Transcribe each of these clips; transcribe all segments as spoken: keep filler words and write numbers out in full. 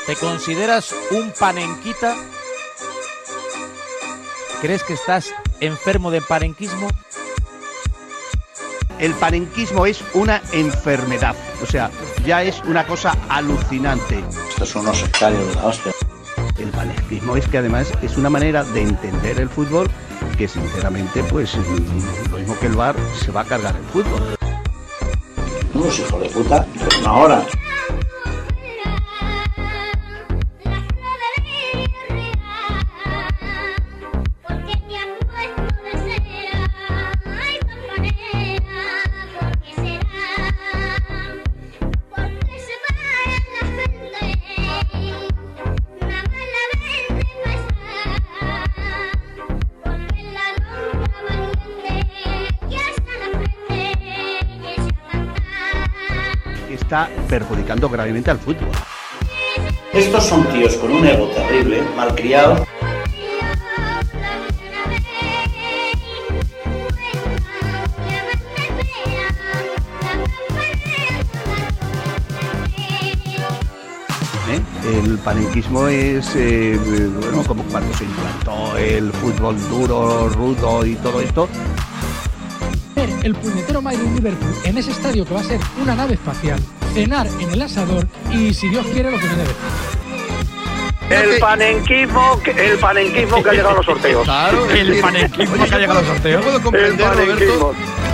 ¿Te consideras un panenquita? ¿Crees que estás enfermo de panenquismo? El panenquismo es una enfermedad, o sea, ya es una cosa alucinante. Estos son unos sectarios de la hostia. El panenquismo es que además es una manera de entender el fútbol que sinceramente, pues, lo mismo que el V A R, se va a cargar el fútbol. Unos hijos de puta, pero una hora. Está perjudicando gravemente al fútbol. Estos son tíos con un ego terrible, malcriados. ¿Eh? El panenquismo es, eh, bueno, como cuando se implantó el fútbol duro, rudo y todo esto. El puñetero Madrid Liverpool en ese estadio que va a ser una nave espacial, cenar en el asador y, si Dios quiere, lo que viene después. El panenquismo, el panenquismo que ha llegado a los sorteos. Claro, el panenquismo que ha llegado a los sorteos. Puedo comprender, Roberto.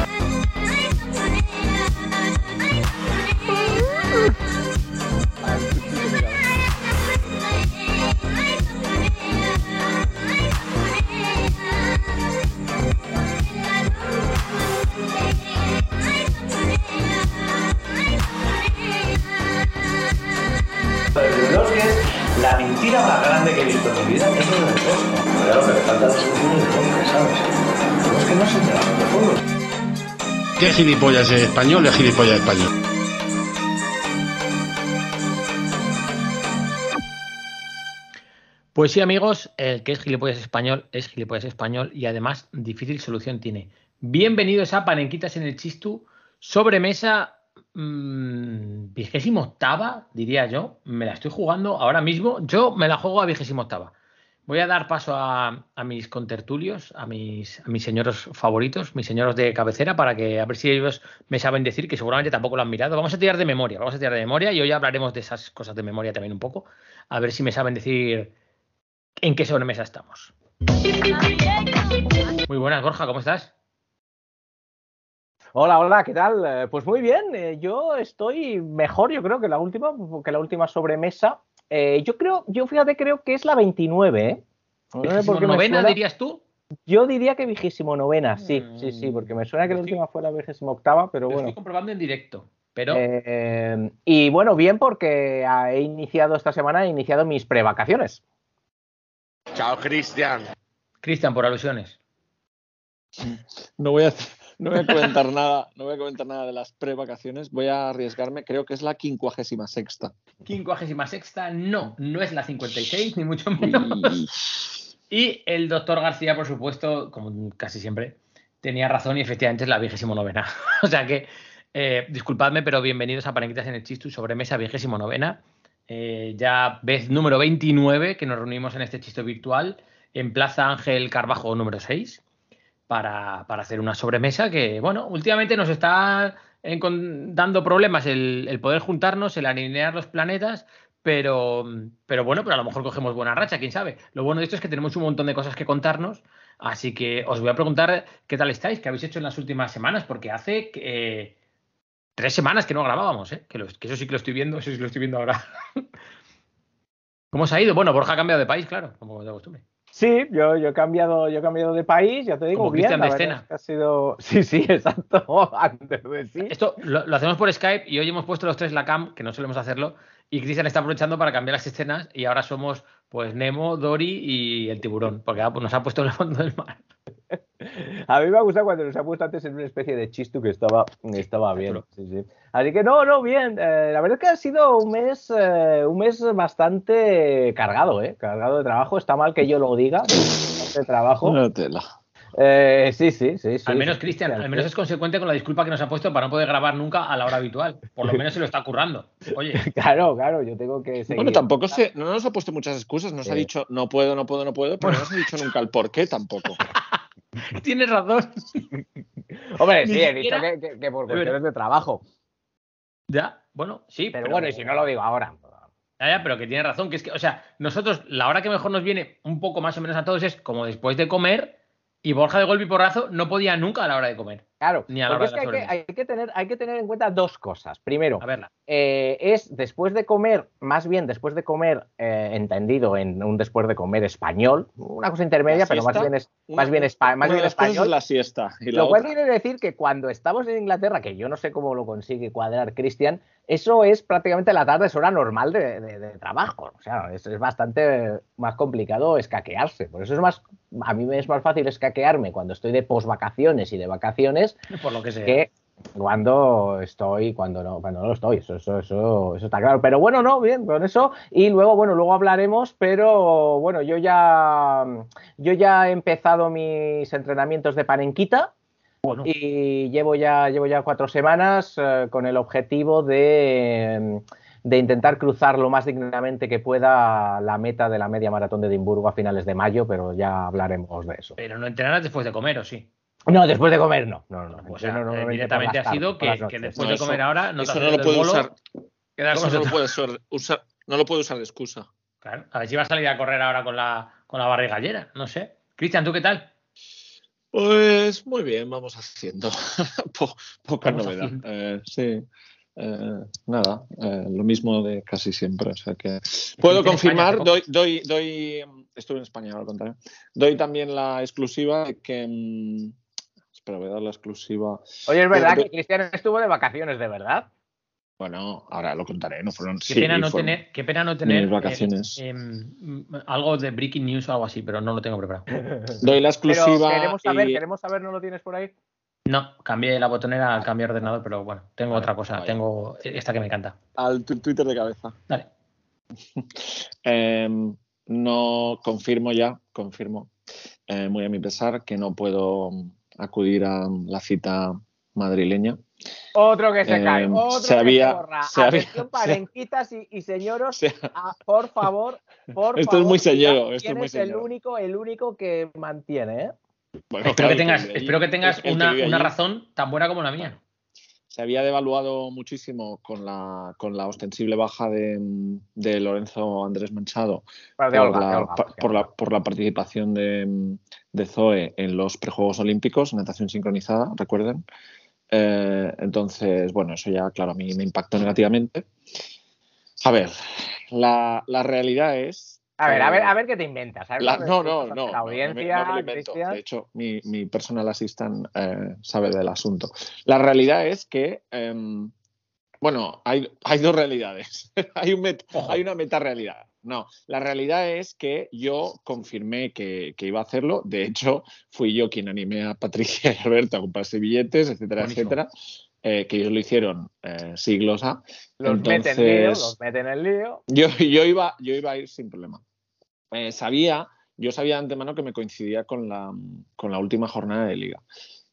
La mentira más grande que he visto en mi vida es lo del Bosco. Claro, que le falta la solución del Bosco, ¿sabes? Pero es que no se enteran de fútbol. ¿Qué gilipollas es español? Es gilipollas español. Pues sí, amigos, el que es gilipollas español es gilipollas español y además difícil solución tiene. Bienvenidos a Panenquitas en el Chistu, sobremesa mmm, vigésimo octava, diría yo. Me la estoy jugando ahora mismo. Yo me la juego a vigésimo octava. Voy a dar paso a, a mis contertulios, a mis, a mis señoros favoritos, mis señoros de cabecera, para que a ver si ellos me saben decir, que seguramente tampoco lo han mirado. Vamos a tirar de memoria, vamos a tirar de memoria y hoy hablaremos de esas cosas de memoria también un poco. A ver si me saben decir en qué sobremesa estamos. Muy buenas, Borja, ¿cómo estás? Hola, hola, ¿qué tal? Eh, pues muy bien, eh, yo estoy mejor, yo creo, que la última, que la última sobremesa. Eh, yo creo, yo fíjate, creo que es la veintinueve, ¿eh? ¿Vigésimo novena, dirías tú? Yo diría que vigésimo novena, sí, mm, sí, sí, porque me suena que la última fue la vigésimo octava, pero bueno. Lo estoy comprobando en directo, pero... Eh, y bueno, bien, porque he iniciado esta semana, he iniciado mis prevacaciones. Chao, Cristian. Cristian, por alusiones. No voy a no voy a comentar nada, no voy a comentar nada de las prevacaciones. Voy a arriesgarme, creo que es la quincuagésima sexta. Quincuagésima sexta, no, no es la cincuenta y seis, ni mucho menos. Y el doctor García, por supuesto, como casi siempre, tenía razón y efectivamente es la vigésimo novena. O sea que, eh, disculpadme, pero bienvenidos a Panenquitas en el Chistu, sobremesa vigésimo novena. Eh, ya vez número veintinueve que nos reunimos en este chisto virtual en Plaza Ángel Carbajo número seis para, para hacer una sobremesa que, bueno, últimamente nos está dando problemas el, el poder juntarnos, el alinear los planetas, pero, pero bueno, pero a lo mejor cogemos buena racha, quién sabe. Lo bueno de esto es que tenemos un montón de cosas que contarnos, así que os voy a preguntar qué tal estáis, qué habéis hecho en las últimas semanas, porque hace... Eh, Tres semanas que no grabábamos, ¿eh? Que, lo, que eso sí que lo estoy viendo, eso sí que lo estoy viendo ahora. ¿Cómo os ha ido? Bueno, Borja ha cambiado de país, claro, como de costumbre. Sí, yo, yo he cambiado, yo he cambiado de país, ya te digo, como bien. Cristian de escena. Es que ha sido... Sí, sí, exacto. Antes de sí. Esto lo, lo hacemos por Skype y hoy hemos puesto los tres la cam, que no solemos hacerlo, y Cristian está aprovechando para cambiar las escenas y ahora somos pues Nemo, Dory y el tiburón, porque ah, pues nos ha puesto en el fondo del mar. A mí me ha gustado cuando nos ha puesto antes en una especie de chistu que estaba, estaba bien. Sí, sí. Así que no, no, bien. Eh, la verdad es que ha sido un mes, eh, un mes bastante cargado, ¿eh? Cargado de trabajo. Está mal que yo lo diga. De trabajo. No tela. Eh, sí, sí, sí, sí. Al menos, sí, Cristian, sí, al menos sí. es consecuente con la disculpa que nos ha puesto para no poder grabar nunca a la hora habitual. Por lo menos se lo está currando. Oye. Claro, claro, yo tengo que seguir. Bueno, tampoco se, no nos ha puesto muchas excusas, nos Sí. ha dicho no puedo, no puedo, no puedo, pero Bueno. no nos ha dicho nunca el por qué tampoco. Tienes razón. Hombre, Ni sí, he dicho siquiera- que, que- que por De verdad. cuestiones de trabajo. Ya, bueno, sí. Pero, bueno, y si no lo digo ahora. Ya, ya, pero que tiene razón, que es que, o sea, nosotros, la hora que mejor nos viene un poco más o menos a todos es como después de comer, y Borja de golpe y porrazo no podía nunca a la hora de comer. Claro, Ni a la porque hora es de que la hay, que, sobremesa. hay, que tener, hay que tener en cuenta dos cosas. Primero, A verla. eh, es después de comer, más bien después de comer, eh, entendido en un después de comer español, una cosa intermedia, ¿La pero más siesta? bien, es, Una- más bien, espa- más una bien de las cosas español. es la siesta. Y la Lo cual otra- quiere decir que cuando estamos en Inglaterra, que yo no sé cómo lo consigue cuadrar Cristian, eso es prácticamente la tarde, es hora normal de, de- de trabajo. O sea, es, es bastante más complicado escaquearse. Por eso es más, a mí me es más fácil escaquearme cuando estoy de posvacaciones y de vacaciones Por lo que sea. que cuando estoy, cuando no, cuando no lo estoy. Eso, eso, eso, eso está claro. Pero bueno, no, bien, con eso. Y luego, bueno, luego hablaremos, pero bueno, yo ya, yo ya he empezado mis entrenamientos de panenquita. Bueno. Y llevo ya, llevo ya cuatro semanas eh, con el objetivo de, de intentar cruzar lo más dignamente que pueda la meta de la media maratón de Edimburgo a finales de mayo, pero ya hablaremos de eso. Pero no entrenarás después de comer, ¿o sí? No, después de comer no. No, no, O sea, entreno normalmente por directamente las ha sido tardes, por que, las que noches. después No, de eso- comer ahora no te eso haces no lo el puede bolo, usar. quedar Eso con no lo nosotros. puede usar, usar- no lo puede usar de excusa. Claro, a ver si va a salir a correr ahora con la, con la barriga llena, no sé. Cristian, ¿tú qué tal? Pues muy bien, vamos haciendo. Po- poca Vamos novedad. haciendo. Eh, sí. Eh, nada, eh, lo mismo de casi siempre. O sea que puedo en España confirmar, hace doy, doy, doy, estuve en España, ahora lo contaré. Doy también la exclusiva de que. mm, espera, voy a dar la exclusiva. Oye, es verdad Eh, que Cristian estuvo de vacaciones, ¿de verdad? Bueno, ahora lo contaré, no fueron. Qué sí, pena no fueron tener, qué pena no tener mis vacaciones. eh, em, algo de breaking news o algo así, pero no lo tengo preparado. Doy la Pero exclusiva. queremos saber, y- queremos saber, ¿no lo tienes por ahí? No, cambié la botonera al cambiar de ordenador, pero bueno, tengo Vale, otra cosa, vale. tengo esta que me encanta. Al tu- Twitter de cabeza. Dale. Eh, no confirmo ya, confirmo, eh, muy a mi pesar, que no puedo acudir a la cita madrileña. Otro que se Eh, cae, otro se que había- se borra. se había- Atención, parenquitas y, y señoros, Se- ah, por favor, por Esto favor. es muy señero, cuidado, esto es ¿quién muy es el señero. único, el único que mantiene, ¿eh? Bueno, Espero, claro, que el tengas, vive allí, espero que tengas el- el que una, vive una allí. razón tan buena como la mía. Se había devaluado muchísimo con la, con la ostensible baja de, de Lorenzo Andrés Manchado Bueno, de por, Olga, la, de Olga, pa- más que por, nada. la, por la participación de, de Zoe en los prejuegos olímpicos, natación sincronizada, recuerden. Eh, entonces, bueno, eso ya, claro, a mí me impactó negativamente. A ver, la, la realidad es... A ver, a eh, ver, a ver qué te inventas. A ver, la- ¿qué no, te no, inventas? no, La no, no me- audiencia, no me lo invento. Cristian. De hecho, mi, mi personal assistant eh, sabe del asunto. La realidad es que, em, bueno, hay, hay dos realidades. hay, un met- hay una meta-realidad. No, la realidad es que yo confirmé que, que iba a hacerlo. De hecho, fui yo quien animé a Patricia y Alberto a comprarse billetes, etcétera, Buenísimo. etcétera. Eh, que ellos lo hicieron eh, siglos A. Los meten Entonces, en lío, los meten en lío. yo, yo, iba, yo iba a ir sin problema. Eh, sabía, yo sabía de antemano que me coincidía con la, con la última jornada de liga.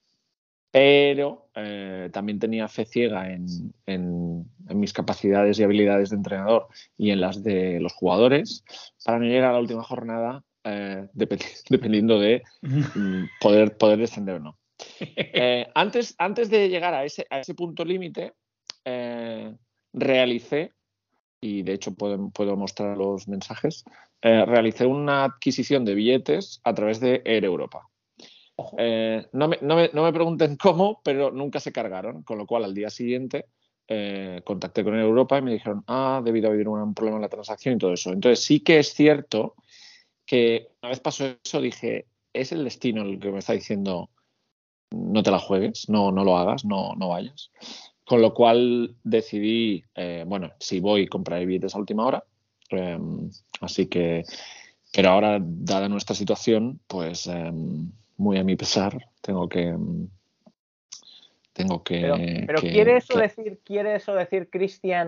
Pero eh, también tenía fe ciega en, en, en mis capacidades y habilidades de entrenador y en las de los jugadores para no llegar a la última jornada eh, depend- dependiendo de mm, poder, poder descender o no. Eh, antes, antes de llegar a ese, a ese punto límite, eh, realicé, y de hecho puedo, puedo mostrar los mensajes, eh, realicé una adquisición de billetes a través de Air Europa. Eh, no, me, no, me, no me pregunten cómo, pero nunca se cargaron, con lo cual al día siguiente eh, contacté con Air Europa y me dijeron, ah, debido a haber un problema en la transacción y todo eso. Entonces sí que es cierto que una vez pasó eso dije, es el destino el que me está diciendo no te la juegues, no, no lo hagas, no, no vayas. Con lo cual decidí, eh, bueno, si voy, compraré billetes a última hora. Eh, así que, pero ahora, dada nuestra situación, pues eh, muy a mi pesar, tengo que... Tengo que... Pero, pero que- ¿quiere eso que- decir, quiere eso decir, Cristian,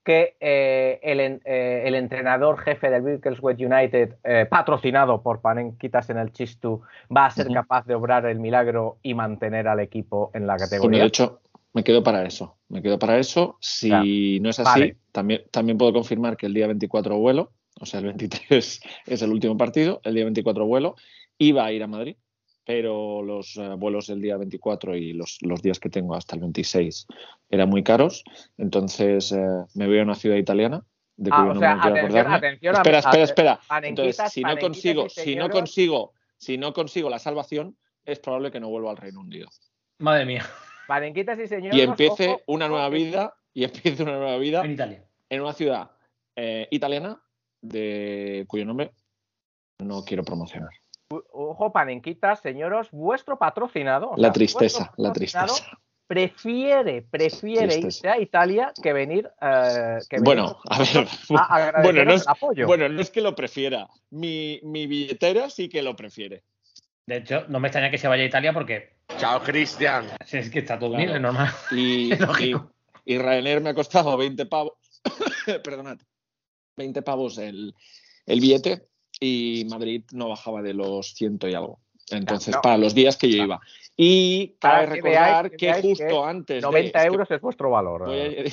que eh, el, eh, el entrenador jefe del Bickleswade United, eh, patrocinado por Panenquitas en el Chistu, va a ser uh-huh. capaz de obrar el milagro y mantener al equipo en la categoría? Bueno, de hecho, me quedo para eso. Me quedo para eso. Si claro. no es así, vale. también, también puedo confirmar que el día veinticuatro vuelo, o sea, el veintitrés es el último partido, el día veinticuatro vuelo, iba a ir a Madrid, pero los uh, vuelos del día veinticuatro y los, los días que tengo hasta el veintiséis eran muy caros, entonces uh, me voy a una ciudad italiana de ah, cuyo o nombre sea, no quiero atención, acordarme. Atención, espera, a, espera, espera. Entonces, si no consigo, si no consigo, si no consigo la salvación, es probable que no vuelva al Reino Unido. Madre mía. Panenquitas y señores. Y empiece ojo, una nueva ojo. vida, y empiece una nueva vida en Italia, en una ciudad eh, italiana de cuyo nombre no quiero promocionar. Ojo, Panenquitas, señoros, vuestro patrocinado. O la, sea, tristeza, patrocinado la tristeza, prefiere, prefiere tristeza. irse a Italia que venir. Eh, que bueno, venir a ver, a bueno, no es, el apoyo. bueno, no es que lo prefiera. Mi, mi billetera sí que lo prefiere. De hecho, no me extraña que se vaya a Italia porque. Chao, Cristian. Es que está todo claro. bien, es normal. Y, es lógico. y, y Ryanair me ha costado veinte pavos. Perdonad. veinte pavos el, el billete. Y Madrid no bajaba de los ciento y algo. Entonces, no, para los días que yo iba. Y cabe recordar que, que justo que antes noventa de... euros es, que es vuestro valor. A... Eh,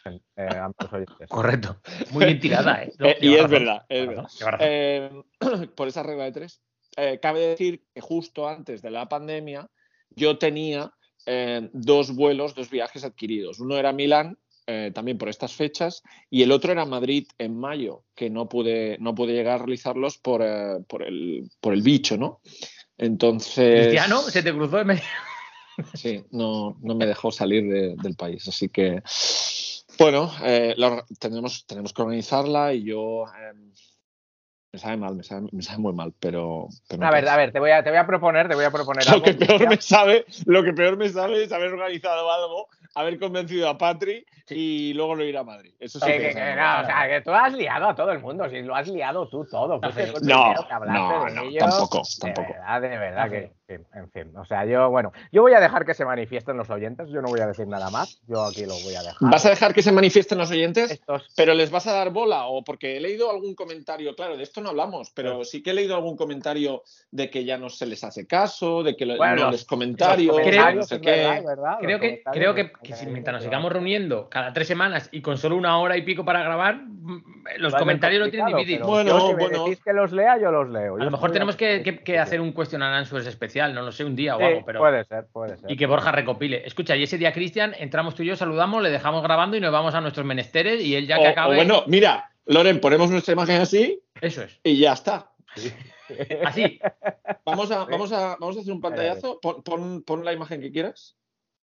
Correcto. Muy bien tirada, ¿eh? No, eh y es verdad. Es razón, verdad. Eh, por esa regla de tres, eh, cabe decir que justo antes de la pandemia yo tenía eh, dos vuelos, dos viajes adquiridos. Uno era Milán, Eh, también por estas fechas, y el otro era Madrid en mayo, que no pude, no pude llegar a realizarlos por, eh, por, el, por el bicho, ¿no? Entonces... ¿Cristiano? ¿Se te cruzó en medio? Sí, no, no me dejó salir de, del país, así que... Bueno, eh, lo, tenemos, tenemos que organizarla y yo... Eh, me sabe mal, me sabe, me sabe muy mal, pero... pero no a ver, a ver, te voy a, te voy a proponer, te voy a proponer lo algo. Que peor me sabe, lo que peor me sabe es haber organizado algo, haber convencido a Patri y luego no ir a Madrid. Eso sí que, que, que, que no, o sea, que tú has liado a todo el mundo, si lo has liado tú todo. Pues no, no, no, ellos, tampoco, de tampoco. Verdad, de verdad, que, que, en fin, o sea, yo, bueno, yo voy a dejar que se manifiesten los oyentes, yo no voy a decir nada más, yo aquí lo voy a dejar. ¿Vas a dejar que se manifiesten los oyentes? Estos... ¿Pero les vas a dar bola? O porque he leído algún comentario, claro, de esto no hablamos, pero sí, sí que he leído algún comentario de que ya no se les hace caso, de que bueno, no los, les comentarios, los comentarios no sé qué. Verdad, verdad, creo que, creo que, que si mientras nos sigamos reuniendo cada tres semanas y con solo una hora y pico para grabar, los vale, comentarios lo tienen difícil. Bueno, yo, si bueno. Me decís que los lea, yo los leo. A yo lo mejor tenemos que, que, que hacer un question and answers especial, no lo sé, un día sí, o algo, pero... puede ser, puede ser. Y que Borja recopile. Escucha, y ese día, Cristian, entramos tú y yo, saludamos, le dejamos grabando y nos vamos a nuestros menesteres y él ya que o, acabe... O bueno, mira, Loren, ponemos nuestra imagen así. Eso es. Y ya está. Así. Vamos a, vamos a, vamos a hacer un pantallazo. Pon, pon, pon la imagen que quieras.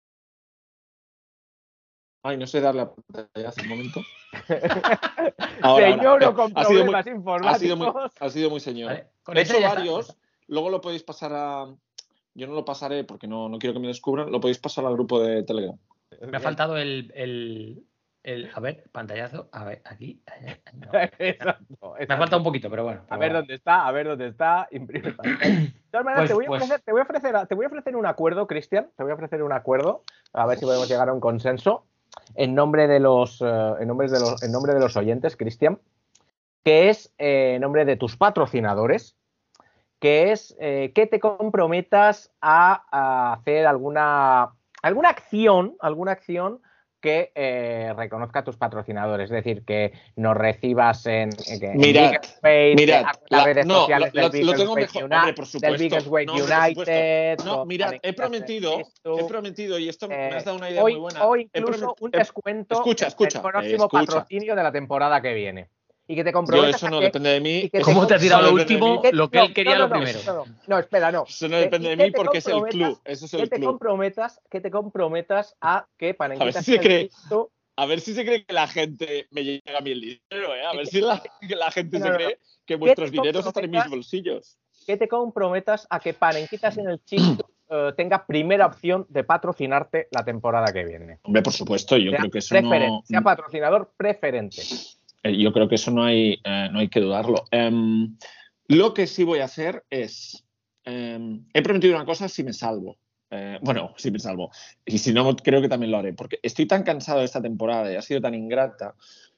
Ay, no sé darle a pantallazo un momento. Ahora, señor, ahora. con ha problemas muy, informáticos. Ha sido muy, ha sido muy señor. Vale. De hecho, varios, está. Luego lo podéis pasar a... Yo no lo pasaré porque no, no quiero que me descubran. Lo podéis pasar al grupo de Telegram. Me ha faltado el... el... El, a ver, pantallazo, a ver, aquí. No. Exacto, exacto. Me ha faltado un poquito, pero bueno. A ver bueno. dónde está, a ver dónde está. Imprime pantalla. De todas maneras, pues, te, voy a ofrecer, pues... te, voy a ofrecer, te voy a ofrecer un acuerdo, Cristian. Te voy a ofrecer un acuerdo. A ver si podemos llegar a un consenso. En nombre de los, uh, en nombre de los, en nombre de los oyentes, Cristian. Que es eh, en nombre de tus patrocinadores. Que es eh, que te comprometas a, a hacer alguna, alguna acción, alguna acción. que eh, reconozca a tus patrocinadores, es decir, que nos recibas en, en mirad, Face, mirad, las redes no, sociales lo, del lo tengo mejor, United, hombre, por supuesto, del Bickleswade no, United. No, mirad, he prometido, he prometido, y esto eh, me has dado una idea hoy, muy buena. O incluso un descuento escucha, escucha, en el próximo escucha. patrocinio de la temporada que viene. Y que te comprometas. Yo, eso no que, depende de mí. ¿Cómo te, te ha tirado lo último? Lo que no, él quería no, no, lo primero. No, no, no, no, espera, no. Eso no depende de mí porque es el club. Eso es el que club. Te comprometas, que te comprometas a que Panenquitas. A ver si se cree. A ver si se cree que la gente me llega a mí el dinero, ¿eh? A ver si la, que la gente no, se no, cree no. que vuestros dineros están en mis bolsillos. Que te comprometas a que Panenquitas en el Chistu uh, tenga primera opción de patrocinarte la temporada que viene. Hombre, por supuesto, yo sea creo que eso no... Sea patrocinador preferente. Yo creo que eso no hay, eh, no hay que dudarlo. Um, lo que sí voy a hacer es... Um, he prometido una cosa si me salvo. Eh, bueno, si me salvo. Y si no, creo que también lo haré. Porque estoy tan cansado de esta temporada y ha sido tan ingrata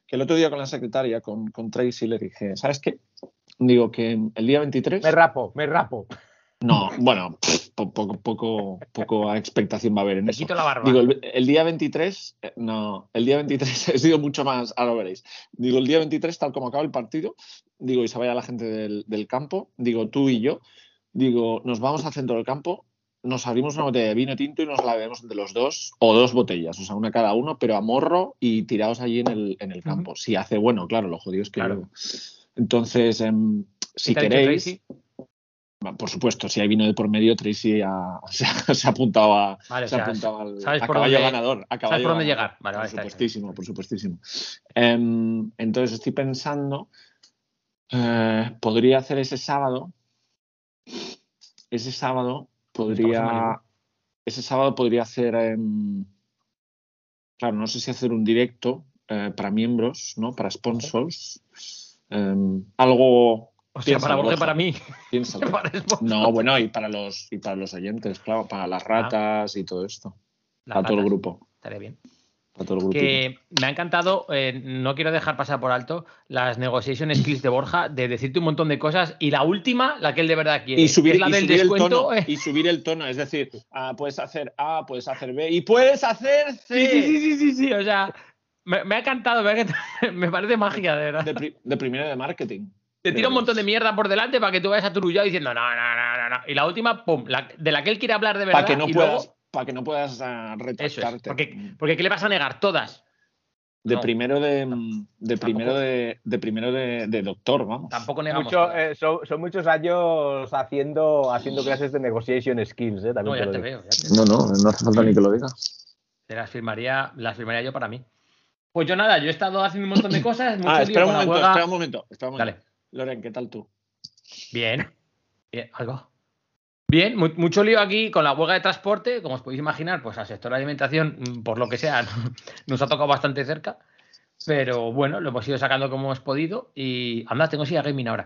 que el otro día con la secretaria, con, con Tracy, le dije, ¿sabes qué? Digo que el día veintitrés... Me rapo, me rapo. No, bueno, pff, poco, poco, poco expectación va a haber en Te eso. quito la barba. Digo, el, el día veintitrés, eh, no, el día veintitrés he sido mucho más, ahora lo veréis. Digo, el día veintitrés, tal como acaba el partido, digo, y se vaya la gente del, del campo, digo, tú y yo, digo, nos vamos al centro del campo, nos abrimos una botella de vino tinto y nos la bebemos entre los dos, o dos botellas, o sea, una cada uno, pero a morro y tirados allí en el, en el campo. Uh-huh. Si hace bueno, claro, lo jodido es que claro. luego. Entonces, eh, si queréis... Por supuesto, si hay vino de por medio, Tracy ha, se, ha, se ha apuntado, a, vale, se o sea, ha apuntado al ¿sabes a por caballo dónde, ganador. A caballo ¿sabes por dónde ganador. llegar? Vale, por vale, supuestísimo, está por supuestísimo. Um, entonces estoy pensando, eh, podría hacer ese sábado, ese sábado podría, ese sábado podría hacer, um, claro, no sé si hacer un directo eh, para miembros, ¿no? Para sponsors, um, algo... O sea, para Borja y para mí. Para no, bueno, y para los y para los oyentes, claro, para las ratas ah. y todo esto. Las para ratas. Todo el grupo. Estaré bien. Para todo el grupo. Que me ha encantado, eh, no quiero dejar pasar por alto las negotiation skills de Borja, de decirte un montón de cosas, y la última, la que él de verdad quiere. Y subir, es la y del subir descuento, el tono. Eh. Y subir el tono, es decir, ah, puedes hacer A, puedes hacer B y puedes hacer C. Sí, sí, sí, sí, sí, sí. O sea, me, me ha encantado, me, ha encantado, me parece magia, de verdad. De, pri, de primera de marketing. Te tira un montón de mierda por delante para que tú vayas aturullado diciendo no, no, no, no, no. Y la última, pum, la, de la que él quiere hablar de verdad. Para que no y puedas, luego, para que no puedas uh, retractarte. Eso es, porque, porque ¿qué le vas a negar? Todas. De no. primero de, de primero de, de primero de, de doctor, vamos. Tampoco negamos. Mucho, eh, son, son muchos años haciendo, haciendo clases de negotiation skills, eh. También no, ya te, te lo veo. Ya te veo. No, no, no hace falta ni que lo diga. Te las firmaría, las firmaría yo para mí. Pues yo nada, yo he estado haciendo un montón de cosas. Mucho ah, espera un momento, huelga... espera un momento, espera un momento. Dale. Loren, ¿qué tal tú? Bien. Bien, algo. Bien, muy, mucho lío aquí con la huelga de transporte. Como os podéis imaginar, pues al sector de alimentación, por lo que sea, nos ha tocado bastante cerca. Pero bueno, lo hemos ido sacando como hemos podido. Y anda, tengo silla gaming ahora.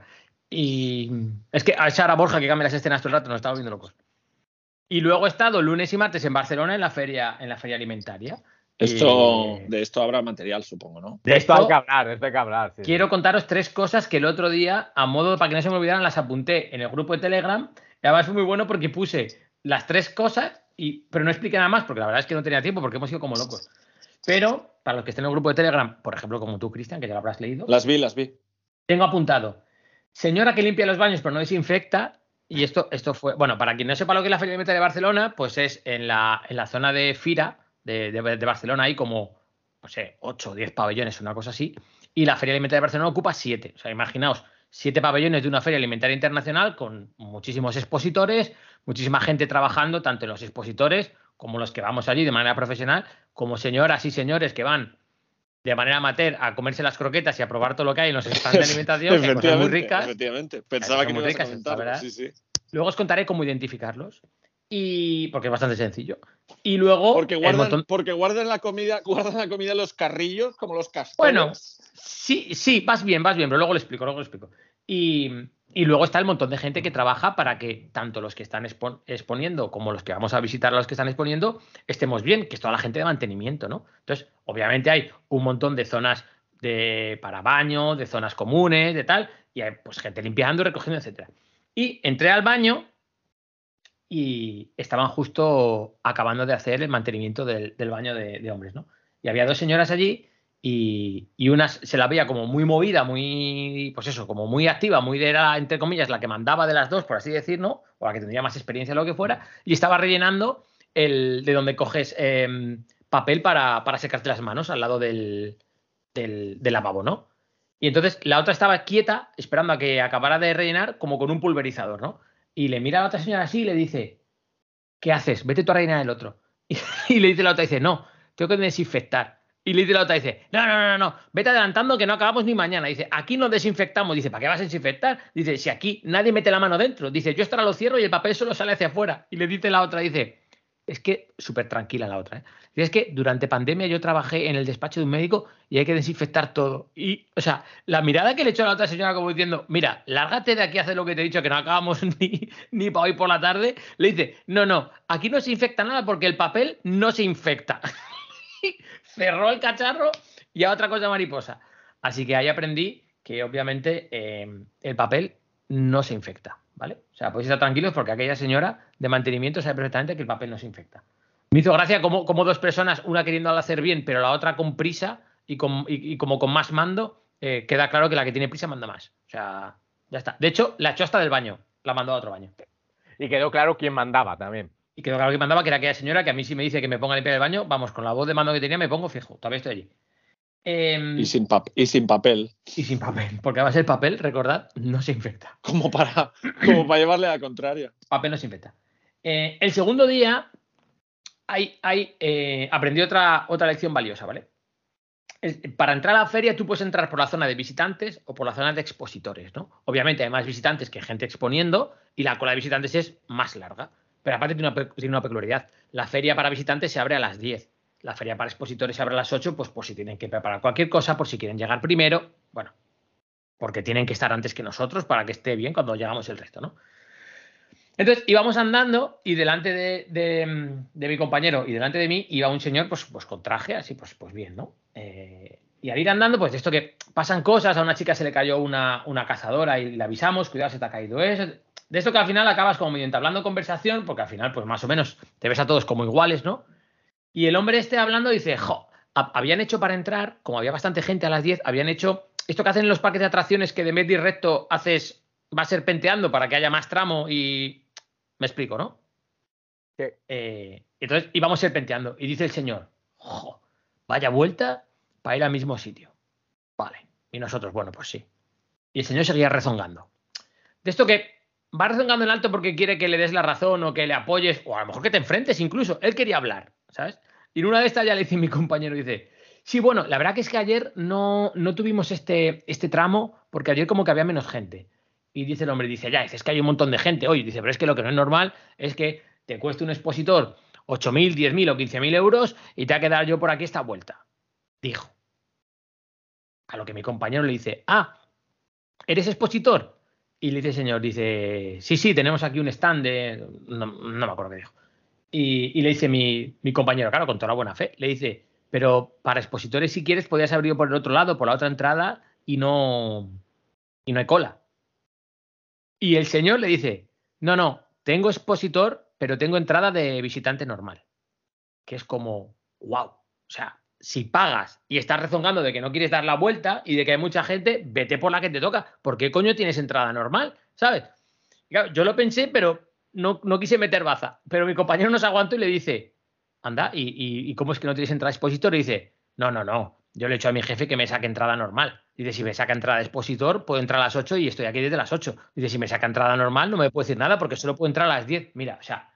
Y es que a echar a Borja que cambie las escenas todo el rato, nos estaba viendo locos. Y luego he estado lunes y martes en Barcelona en la feria, en la feria alimentaria. Esto, y... De esto habrá material, supongo, ¿no? De esto hay que hablar, de esto hay que hablar. Sí, quiero sí. contaros tres cosas que el otro día, a modo para que no se me olvidaran, las apunté en el grupo de Telegram. Y además fue muy bueno porque puse las tres cosas, y, pero no expliqué nada más, porque la verdad es que no tenía tiempo, porque hemos ido como locos. Pero, para los que estén en el grupo de Telegram, por ejemplo, como tú, Cristian, que ya lo habrás leído. Las vi, las vi. Tengo apuntado. Señora que limpia los baños pero no desinfecta. Y esto, esto fue... Bueno, para quien no sepa lo que es la Feria Alimentaria de Barcelona, pues es en la, en la zona de Fira de, de, de Barcelona, hay como, no sé, ocho o diez pabellones, una cosa así. Y la Feria Alimentaria de Barcelona ocupa siete. O sea, imaginaos, siete pabellones de una Feria Alimentaria Internacional con muchísimos expositores, muchísima gente trabajando, tanto en los expositores como los que vamos allí de manera profesional, como señoras y señores que van de manera amateur a comerse las croquetas y a probar todo lo que hay en los stands de alimentación, que hay cosas muy ricas. Efectivamente, pensaba que no ibas a comentar. Sí, sí. Luego os contaré cómo identificarlos. Y porque es bastante sencillo. Y luego porque guardan, montón... porque guardan la comida, guardan la comida en los carrillos como los castores. Bueno, sí, sí, vas bien, vas bien, pero luego lo explico, luego lo explico. Y, y luego está el montón de gente que trabaja para que tanto los que están expo exponiendo como los que vamos a visitar a los que están exponiendo estemos bien, que es toda la gente de mantenimiento, ¿no? Entonces, obviamente hay un montón de zonas de para baño, de zonas comunes, de tal, y hay pues gente limpiando, recogiendo, etcétera. Y entré al baño y estaban justo acabando de hacer el mantenimiento del, del baño de, de hombres, ¿no? Y había dos señoras allí y, y una se la veía como muy movida, muy, pues eso, como muy activa, muy de la, entre comillas, la que mandaba de las dos, por así decir, ¿no? O la que tendría más experiencia o lo que fuera, y estaba rellenando el de donde coges eh, papel para, para secarte las manos al lado del, del, del lavabo, ¿no? Y entonces la otra estaba quieta, esperando a que acabara de rellenar, como con un pulverizador, ¿no? Y le mira a la otra señora así y le dice, ¿qué haces? Vete tú a rellenar el otro. Y, y le dice la otra, dice, no, tengo que desinfectar. Y le dice la otra, dice, no, no, no, no, vete adelantando que no acabamos ni mañana. Dice, aquí no desinfectamos. Dice, ¿para qué vas a desinfectar? Dice, si aquí nadie mete la mano dentro. Dice, yo esto ahora lo cierro y el papel solo sale hacia afuera. Y le dice la otra, dice, es que, súper tranquila la otra, ¿eh? Dice, es que durante pandemia yo trabajé en el despacho de un médico y hay que desinfectar todo. Y, o sea, la mirada que le echó a la otra señora como diciendo, mira, lárgate de aquí a hacer lo que te he dicho, que no acabamos ni, ni para hoy por la tarde. Le dice, no, no, aquí no se infecta nada porque el papel no se infecta. Cerró el cacharro y a otra cosa mariposa. Así que ahí aprendí que obviamente eh, el papel no se infecta, ¿vale? O sea, podéis estar tranquilos porque aquella señora de mantenimiento sabe perfectamente que el papel no se infecta. Me hizo gracia como, como dos personas, una queriendo hacer bien, pero la otra con prisa y, con, y, y como con más mando, eh, queda claro que la que tiene prisa manda más. O sea, ya está. De hecho, la echó hasta del baño, la mandó a otro baño. Y quedó claro quién mandaba también. Y quedó claro que mandaba, que era aquella señora que a mí si me dice que me ponga a limpiar el baño, vamos, con la voz de mando que tenía me pongo fijo, todavía estoy allí. Eh, y, sin pap y sin papel. Y sin papel, porque además el papel, recordad, no se infecta. Como para, como para llevarle a la contraria. Papel no se infecta. Eh, el segundo día hay, hay, eh, aprendí otra, otra lección valiosa, ¿vale? Es, para entrar a la feria tú puedes entrar por la zona de visitantes o por la zona de expositores, ¿no? Obviamente hay más visitantes que gente exponiendo y la cola de visitantes es más larga. Pero aparte tiene una, tiene una peculiaridad. La feria para visitantes se abre a las diez. La feria para expositores se abre a las ocho, pues por si tienen que preparar cualquier cosa, por si quieren llegar primero, bueno, porque tienen que estar antes que nosotros para que esté bien cuando llegamos el resto, ¿no? Entonces íbamos andando y delante de, de, de mi compañero y delante de mí iba un señor pues, pues con traje, así pues, pues bien, ¿no? Eh, y al ir andando, pues de esto que pasan cosas, a una chica se le cayó una, una cazadora y le avisamos, cuidado, se te ha caído eso. De esto que al final acabas como medio entablando conversación, porque al final pues más o menos te ves a todos como iguales, ¿no? Y el hombre este hablando dice, jo, habían hecho para entrar, como había bastante gente a las diez, habían hecho esto que hacen en los parques de atracciones que de vez de ir recto haces, vas serpenteando para que haya más tramo y... Me explico, ¿no? Sí. Eh, entonces íbamos serpenteando y dice el señor, jo, vaya vuelta para ir al mismo sitio. Vale. Y nosotros, bueno, pues sí. Y el señor seguía rezongando. De esto que va rezongando en alto porque quiere que le des la razón o que le apoyes, o a lo mejor que te enfrentes incluso. Él quería hablar, ¿sabes? Y en una de estas ya le dice mi compañero, dice, sí, bueno, la verdad que es que ayer no, no tuvimos este, este tramo porque ayer como que había menos gente. Y dice el hombre, dice, ya, es que hay un montón de gente hoy. Dice, pero es que lo que no es normal es que te cueste un expositor ocho mil, diez mil o quince mil euros y te ha quedado yo por aquí esta vuelta. Dijo. A lo que mi compañero le dice, ah, ¿eres expositor? Y le dice el señor, dice, sí, sí, tenemos aquí un stand de... No, no me acuerdo qué dijo. Y, y le dice mi, mi compañero, claro, con toda la buena fe, le dice, pero para expositores si quieres podías haber ido por el otro lado, por la otra entrada y no, y no hay cola. Y el señor le dice, no, no, tengo expositor, pero tengo entrada de visitante normal. Que es como, wow. O sea, si pagas y estás rezongando de que no quieres dar la vuelta y de que hay mucha gente, vete por la que te toca. ¿Por qué coño tienes entrada normal? ¿Sabes? Y claro, yo lo pensé, pero no, no quise meter baza. Pero mi compañero nos aguantó y le dice, anda, ¿y, y, ¿y cómo es que no tienes entrada de expositor? Y dice, no, no, no. Yo le he dicho a mi jefe que me saque entrada normal. Dice, si me saca entrada de expositor, puedo entrar a las ocho y estoy aquí desde las ocho. Dice, si me saca entrada normal, no me puede decir nada porque solo puedo entrar a las diez. Mira, o sea...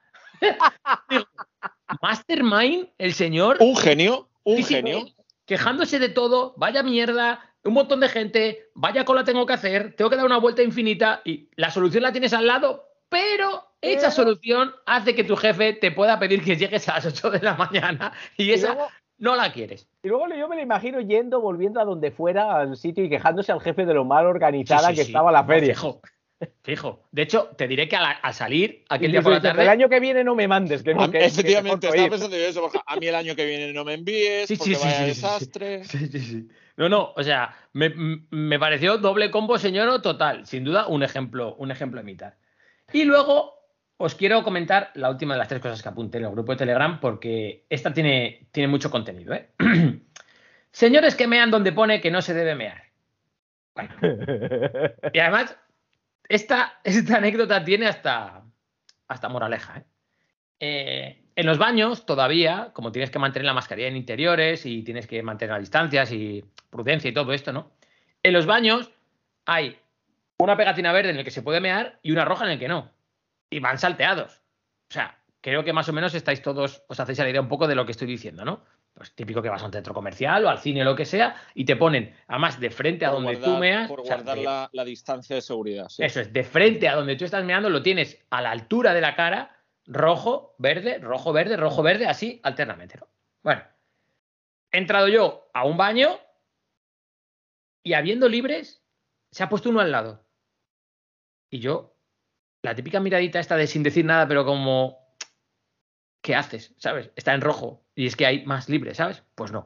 Mastermind, el señor... Un genio, un sí, sí, genio. Quejándose de todo, vaya mierda, un montón de gente, vaya cola tengo que hacer, tengo que dar una vuelta infinita y la solución la tienes al lado, pero esa solución hace que tu jefe te pueda pedir que llegues a las ocho de la mañana y esa... Y luego... no la quieres. Y luego yo me lo imagino yendo, volviendo a donde fuera, al sitio y quejándose al jefe de lo mal organizada sí, sí, que sí. estaba la feria. Fijo, fijo. De hecho, te diré que a, la, a salir aquel día por la tarde... El año que viene no me mandes. Que no, a, que, efectivamente, que estaba pensando yo eso. A mí el año que viene no me envíes sí, porque sí, vaya sí, desastre. Sí, sí, sí. No, no, o sea, me, me pareció doble combo, señor, total. Sin duda, un ejemplo, un ejemplo a imitar. Y luego... os quiero comentar la última de las tres cosas que apunté en el grupo de Telegram porque esta tiene, tiene mucho contenido, ¿eh? Señores que mean donde pone que no se debe mear. Bueno. Y además, esta, esta anécdota tiene hasta, hasta moraleja, ¿eh? Eh, en los baños, todavía, como tienes que mantener la mascarilla en interiores y tienes que mantener las distancias y prudencia y todo esto, ¿no? En los baños hay una pegatina verde en el que se puede mear y una roja en el que no. Y van salteados. O sea, creo que más o menos estáis todos, os hacéis la idea un poco de lo que estoy diciendo, ¿no? Pues típico que vas a un centro comercial o al cine o lo que sea y te ponen, además, de frente a por donde guardar, tú meas. Por o sea, guardar de, la, la distancia de seguridad. Sí. Eso es, de frente a donde tú estás meando lo tienes a la altura de la cara, rojo, verde, rojo, verde, rojo, verde, así alternamente, ¿no? Bueno, he entrado yo a un baño y habiendo libres, se ha puesto uno al lado. Y yo... la típica miradita esta de sin decir nada, pero como... ¿qué haces? ¿Sabes? Está en rojo y es que hay más libre, ¿sabes? Pues no.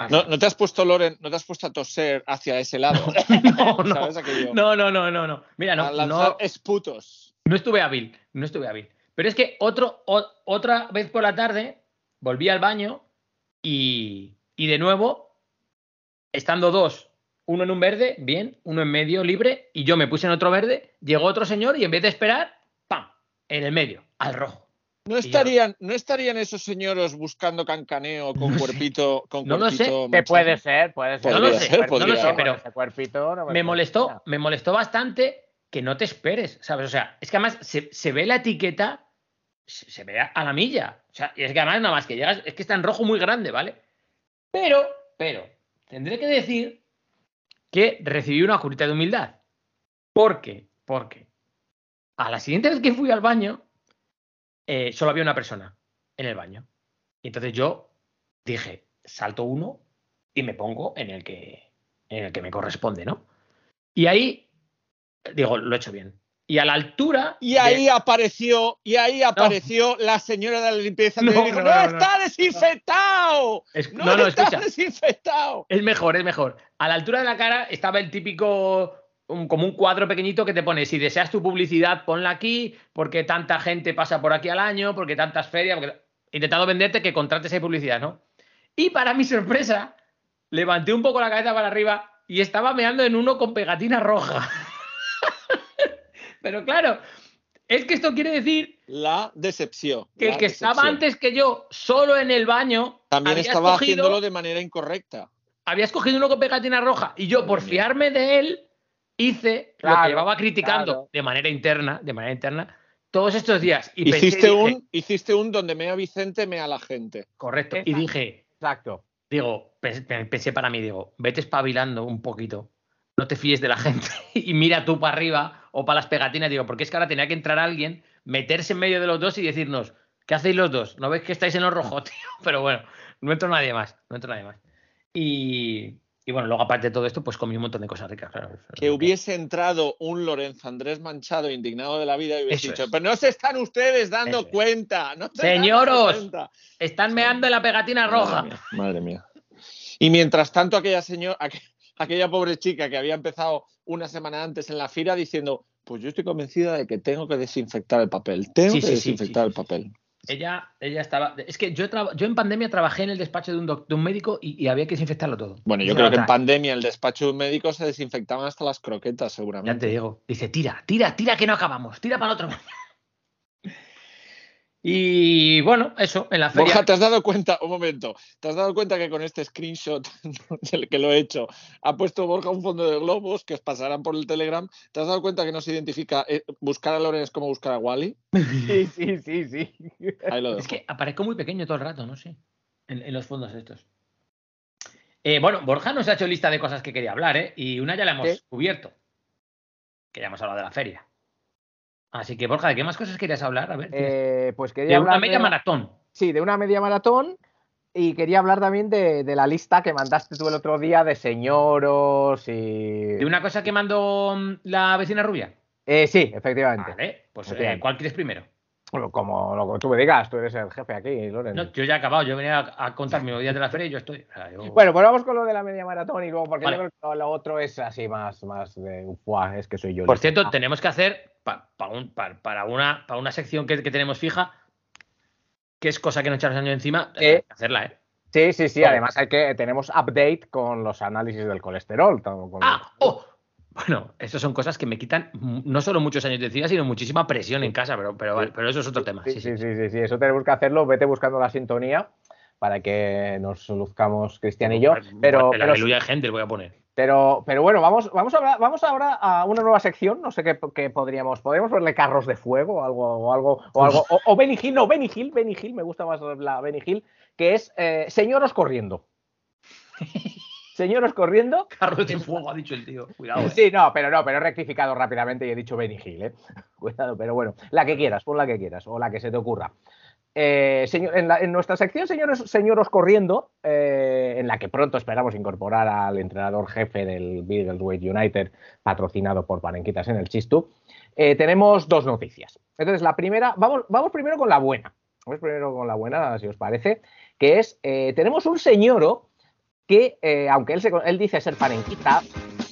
No, no te has puesto, Loren, no te has puesto a toser hacia ese lado. no, no, ¿Sabes aquello? no, no, no, no, no. Mira, no, A lanzar no, esputos. no estuve hábil, no estuve hábil. Pero es que otro, o, otra vez por la tarde volví al baño y, y de nuevo, estando dos, uno en un verde, bien, uno en medio, libre, y yo me puse en otro verde, llegó otro señor y en vez de esperar, ¡pam!, en el medio, al rojo. ¿No estarían, ¿No estarían esos señores buscando cancaneo con No cuerpito? Con No lo sé. cuerpito Que manchado? puede ser, puede ser. No lo Podría sé, ser, no lo podría sé, ser. pero Ese cuerpito no me molestó, me molestó bastante que no te esperes, ¿sabes? O sea, es que además se, se ve la etiqueta, se, se ve a la milla. O sea, y es que además nada más que llegas, es que está en rojo muy grande, ¿vale? Pero, pero, tendré que decir que recibí una curita de humildad. ¿Por qué? Porque a la siguiente vez que fui al baño, eh, solo había una persona en el baño. Y entonces yo dije, salto uno y me pongo en el que, en el que me corresponde, ¿no? Y ahí, digo, lo he hecho bien. Y a la altura... Y ahí de... apareció, y ahí apareció no. la señora de la limpieza. No, que dijo, no, ¡No, no, está no. desinfectado! Es, ¡No, no, no está escucha. desinfectado! Es mejor, es mejor. A la altura de la cara estaba el típico... Un, como un cuadro pequeñito que te pone, si deseas tu publicidad, ponla aquí, porque tanta gente pasa por aquí al año, porque tantas ferias... Porque... Intentando venderte que contrates esa publicidad, ¿no? Y para mi sorpresa, levanté un poco la cabeza para arriba y estaba meando en uno con pegatina roja. Pero claro, es que esto quiere decir... La decepción. Que el que decepción. Estaba antes que yo, solo en el baño... También estaba escogido, haciéndolo de manera incorrecta. Había escogido uno con pegatina roja y yo, por fiarme de él, hice claro, lo que llevaba criticando claro. de manera interna, de manera interna, todos estos días. Y hiciste, pensé, un, dije, hiciste un donde mea Vicente, mea la gente. Correcto. Exacto. Y dije... Exacto. Digo, pensé para mí, digo, vete espabilando un poquito, no te fíes de la gente y mira tú para arriba o para las pegatinas, digo, porque es que ahora tenía que entrar alguien, meterse en medio de los dos y decirnos, ¿qué hacéis los dos? ¿No veis que estáis en los rojos, tío? Pero bueno, no entró nadie más, no entró nadie más. Y, y bueno, luego aparte de todo esto, pues comí un montón de cosas ricas, claro. Que hubiese entrado un Lorenzo Andrés Manchado, indignado de la vida, y hubiese Eso dicho, es. pero no se están ustedes dando Eso cuenta. No se Señoros, están dando cuenta. Están meando en la pegatina Madre roja. Mía, madre mía. Y mientras tanto, aquella señora, aquella pobre chica que había empezado una semana antes en la fira diciendo, pues yo estoy convencida de que tengo que desinfectar el papel. Tengo Sí, que sí, desinfectar sí, el papel. Ella, ella estaba... Es que yo, yo en pandemia trabajé en el despacho de un, doc, de un médico y, y había que desinfectarlo todo. Bueno, yo creo que en pandemia el despacho de un médico se desinfectaban hasta las croquetas, seguramente. Ya te digo. Dice, tira, tira, tira que no acabamos. Tira para el otro baño. Y bueno, eso, en la feria... Borja, ¿te has dado cuenta? Un momento. ¿Te has dado cuenta que con este screenshot del que lo he hecho ha puesto Borja un fondo de globos que os pasarán por el Telegram? ¿Te has dado cuenta que no se identifica eh, buscar a Loren es como buscar a Wally? Sí, sí, sí, sí. Ahí lo dejo. Es que aparezco muy pequeño todo el rato, no sé, en, en los fondos estos. Eh, bueno, Borja nos ha hecho lista de cosas que quería hablar, ¿eh? Y una ya la hemos ¿Sí? cubierto, que ya hemos hablado de la feria. Así que, Borja, ¿de qué más cosas querías hablar? A ver, eh, pues quería de hablar una media de... maratón. Sí, de una media maratón. Y quería hablar también de, de la lista que mandaste tú el otro día de señoros y... ¿De una cosa que mandó la vecina rubia? Eh, sí, efectivamente. Vale, pues eh, ¿cuál quieres primero? Bueno, como lo que tú me digas, tú eres el jefe aquí, Loren. No, yo ya he acabado, yo venía a, a contar mis días de la feria y yo estoy... O sea, yo... Bueno, pues vamos con lo de la media maratón y luego, porque vale. yo creo que lo otro es así más, más de... Uf, es que soy yo. Por cierto, ah. tenemos que hacer, pa, pa un, pa, para, una, para una sección que, que tenemos fija, que es cosa que no echarnos años encima, ¿Eh? hay que hacerla, ¿eh? Sí, sí, sí, Vale. Además hay que tenemos update con los análisis del colesterol. Con ¡Ah! ¡Oh! Bueno, eso son cosas que me quitan no solo muchos años de encima, sino muchísima presión en casa, pero, pero, sí. pero eso es otro tema. Sí sí sí, sí, sí, sí, eso tenemos que hacerlo. Vete buscando la sintonía para que nos luzcamos Cristian y yo. Pero, el Aleluya de Händel voy a poner. Pero, pero bueno, vamos, vamos, a hablar, vamos ahora a una nueva sección. No sé qué, qué podríamos. Podríamos verle carros de fuego o algo, o algo, o algo. O, o Benny Hill, no, Benny Hill, Benny Hill, me gusta más la Benny Hill, que es eh, señoros corriendo. Señoros corriendo. Carros de fuego, ha dicho el tío. Cuidado. Eh. Sí, no, pero no, pero he rectificado rápidamente y he dicho Benny Hill, ¿eh? Cuidado, pero bueno, la que quieras, pon la que quieras o la que se te ocurra. Eh, señor, en, la, en nuestra sección, señores, señoros corriendo, eh, en la que pronto esperamos incorporar al entrenador jefe del Middleweight United, patrocinado por Panenquitas en el Chistu, eh, tenemos dos noticias. Entonces, la primera, vamos, vamos primero con la buena. Vamos primero con la buena, si os parece, que es, eh, tenemos un señoro que, eh, aunque él, se, él dice ser panenquista,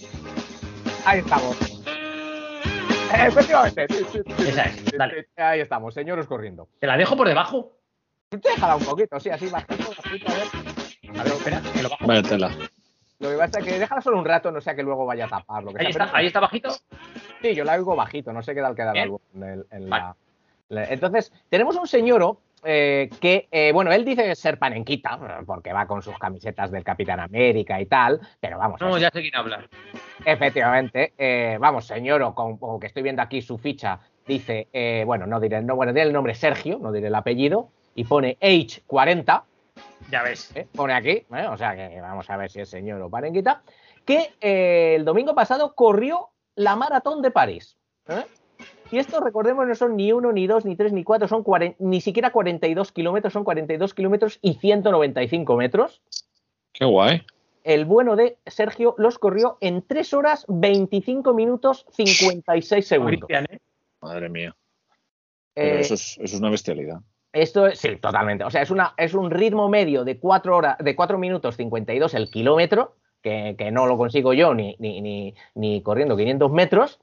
ahí estamos. Efectivamente. Esa es, dale. Ahí estamos, señores corriendo. ¿Te la dejo por debajo? Déjala un poquito, sí, así bajito, bajito, a ver. A ver, espera, que lo bajo. Vaya tela. Lo que pasa es que déjala solo un rato, no sea que luego vaya a tapar. Lo que Ahí sea, está, pero- ahí está bajito. Sí, yo la oigo bajito, no sé qué tal queda Bien. algo en, el- en Vale. la, la- Entonces, tenemos un señor eh, que, eh, bueno, él dice ser panenquita, porque va con sus camisetas del Capitán América y tal, pero vamos, No, es- ya sé quién habla. efectivamente, eh, vamos, señor, o, con, o que estoy viendo aquí su ficha, dice, eh, bueno, no diré, no, bueno, diré el nombre Sergio, no diré el apellido, y pone age cuarenta, Ya ves. ¿eh? Pone aquí, ¿eh? O sea que vamos a ver si es señor o panenquita, que eh, el domingo pasado corrió la maratón de París. ¿eh? Y esto, recordemos, no son ni uno, ni dos, ni tres, ni cuatro, son cuarenta, ni siquiera cuarenta y dos kilómetros, son cuarenta y dos kilómetros y ciento noventa y cinco metros. Qué guay. El bueno de Sergio los corrió en tres horas veinticinco minutos cincuenta y seis segundos. Cristian, ¿eh? Madre mía. Pero Eh, eso, es, eso es una bestialidad. Esto es, sí, totalmente. O sea, es, una, es un ritmo medio de cuatro horas, de cuatro minutos cincuenta y dos el kilómetro, que, que no lo consigo yo ni, ni, ni, ni corriendo quinientos metros.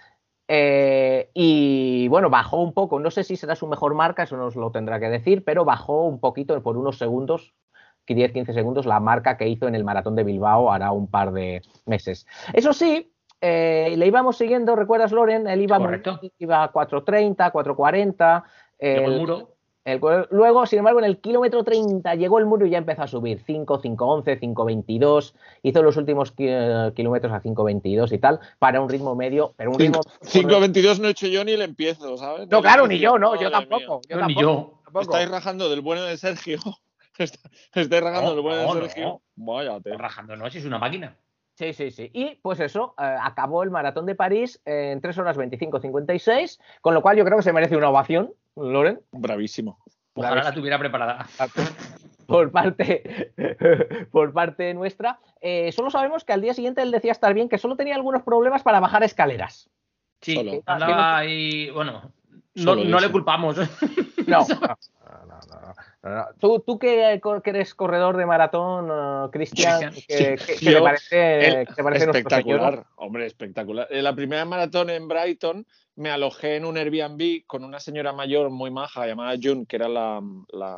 Eh, y bueno, bajó un poco, no sé si será su mejor marca, eso nos lo tendrá que decir, pero bajó un poquito por unos segundos, diez a quince segundos, la marca que hizo en el maratón de Bilbao hará un par de meses. Eso sí, eh, le íbamos siguiendo, ¿recuerdas, Loren? Él iba, Correcto. muy- iba a cuatro treinta, cuatro cuarenta. Llegó el el- muro. el- luego, sin embargo, en el kilómetro treinta llegó el muro y ya empezó a subir. cinco, cinco once, cinco veintidós. Hizo los últimos ki- kilómetros a cinco veintidós y tal, para un ritmo medio. Pero un ritmo. cinco veintidós no he hecho yo ni le empiezo, ¿sabes? No, le claro, empiezo. ni yo, no, yo Madre tampoco. Yo No, ni tampoco, yo. tampoco. Estáis rajando del bueno de Sergio. Está- Estáis rajando No, del bueno no, de Sergio. no. Vaya, Estoy rajando, no, si es una máquina. Sí, sí, sí. Y pues eso, eh, acabó el maratón de París eh, en tres horas veinticinco cincuenta y seis, con lo cual yo creo que se merece una ovación, Loren, bravísimo. Ojalá la tuviera preparada. por parte, por parte nuestra. Eh, solo sabemos que al día siguiente él decía estar bien, que solo tenía algunos problemas para bajar escaleras. Sí, Solo. andaba ahí. Bueno, no, Solo no eso. le culpamos. No, no, no, no, no, no, no. Tú, tú que, que eres corredor de maratón, uh, Cristian, Cristian, ¿qué, sí. qué- qué Yo, te parece, El- qué te parece nuestro espectacular, señor? hombre, espectacular. En la primera maratón en Brighton me alojé en un Airbnb con una señora mayor muy maja llamada June, que era la, la,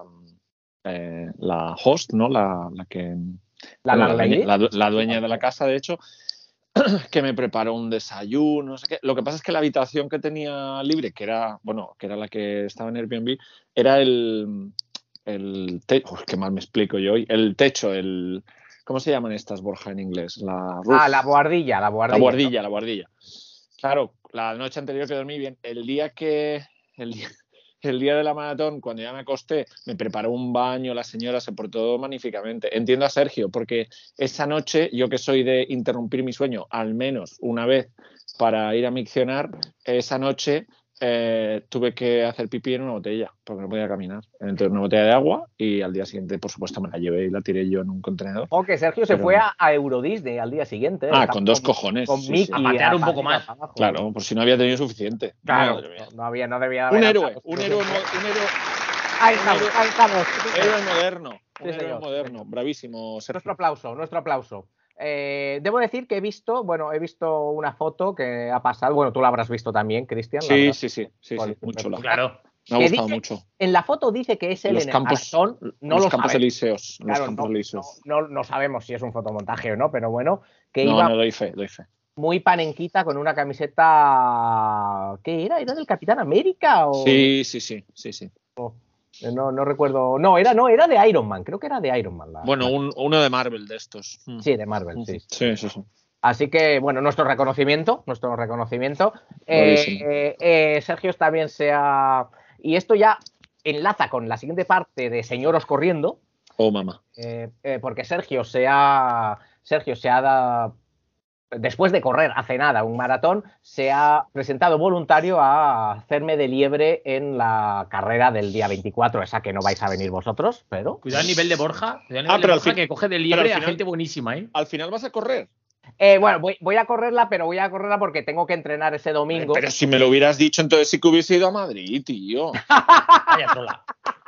eh, la host, ¿no? La, la que La bueno, landlady. dueña, la, la dueña de la casa, de hecho, que me preparó un desayuno, no sé qué. Lo que pasa es que la habitación que tenía libre, que era, bueno, que era la que estaba en Airbnb, era el, el techo, uy, qué mal me explico yo hoy, el techo, el, ¿cómo se llaman estas, Borja, en inglés? La roof. Ah, la buhardilla, la buhardilla. La guardilla, la guardilla. Claro, la noche anterior que dormí bien. El día que. El día, el día de la maratón, cuando ya me acosté, me preparó un baño, la señora se portó magníficamente. Entiendo a Sergio, porque esa noche, yo que soy de interrumpir mi sueño al menos una vez para ir a miccionar, esa noche eh, tuve que hacer pipí en una botella, porque no podía caminar. Entonces, una botella de agua y al día siguiente, por supuesto, me la llevé y la tiré yo en un contenedor. O que Sergio se Pero- fue a, a Euro Disney al día siguiente. Ah, Estaba con dos cojones. Con sí, Mickey. sí. A patear un a- poco a- más. abajo. Claro, por si no había tenido suficiente. Claro, Madre mía. no, no había, no debía Un haber héroe, tantos un héroe, mo- suficientes. un héroe, Ahí estamos, héroe- ahí estamos. héroe moderno, un Sí, héroe señor. moderno, bravísimo, Sergio. Nuestro aplauso, nuestro aplauso. Eh, debo decir que he visto, bueno, he visto una foto que ha pasado, bueno, tú la habrás visto también, Cristian. la Sí, verdad. sí, sí, sí, Con- sí, muy chula. Claro. Me ha que gustado dice- mucho. En la foto dice que es él Los en campos, el maratón, no los lo campos sabemos. elíseos, los Claro, campos no, elíseos. no, no sabemos si es un fotomontaje o no, pero bueno, que No, iba no, doy fe, doy fe. muy panenquita con una camiseta. ¿Qué era? ¿Era del Capitán América? O... Sí, sí, sí, sí, sí. No, no recuerdo. No, era, no, era de Iron Man, creo que era de Iron Man. la- Bueno, la- un- uno de Marvel de estos. Mm. Sí, de Marvel, sí. Sí, sí, sí. Así que, bueno, nuestro reconocimiento, nuestro reconocimiento. Eh, Buenísimo. eh, eh, Sergio también se ha... Y esto ya enlaza con la siguiente parte de Señoros Corriendo, Oh, mamá. eh, eh, porque Sergio se ha... Sergio se ha dado... Después de correr hace nada un maratón, se ha presentado voluntario a hacerme de liebre en la carrera del día veinticuatro, esa que no vais a venir vosotros, pero... Cuidado a nivel de Borja. Cuidado a nivel Ah, de pero al Borja fin- que coge de pero liebre al a final- gente buenísima, ¿eh? Al final vas a correr. Eh, bueno, voy, voy a correrla, pero voy a correrla porque tengo que entrenar ese domingo. Pero si me lo hubieras dicho, entonces sí que hubiese ido a Madrid, tío. Vaya trola.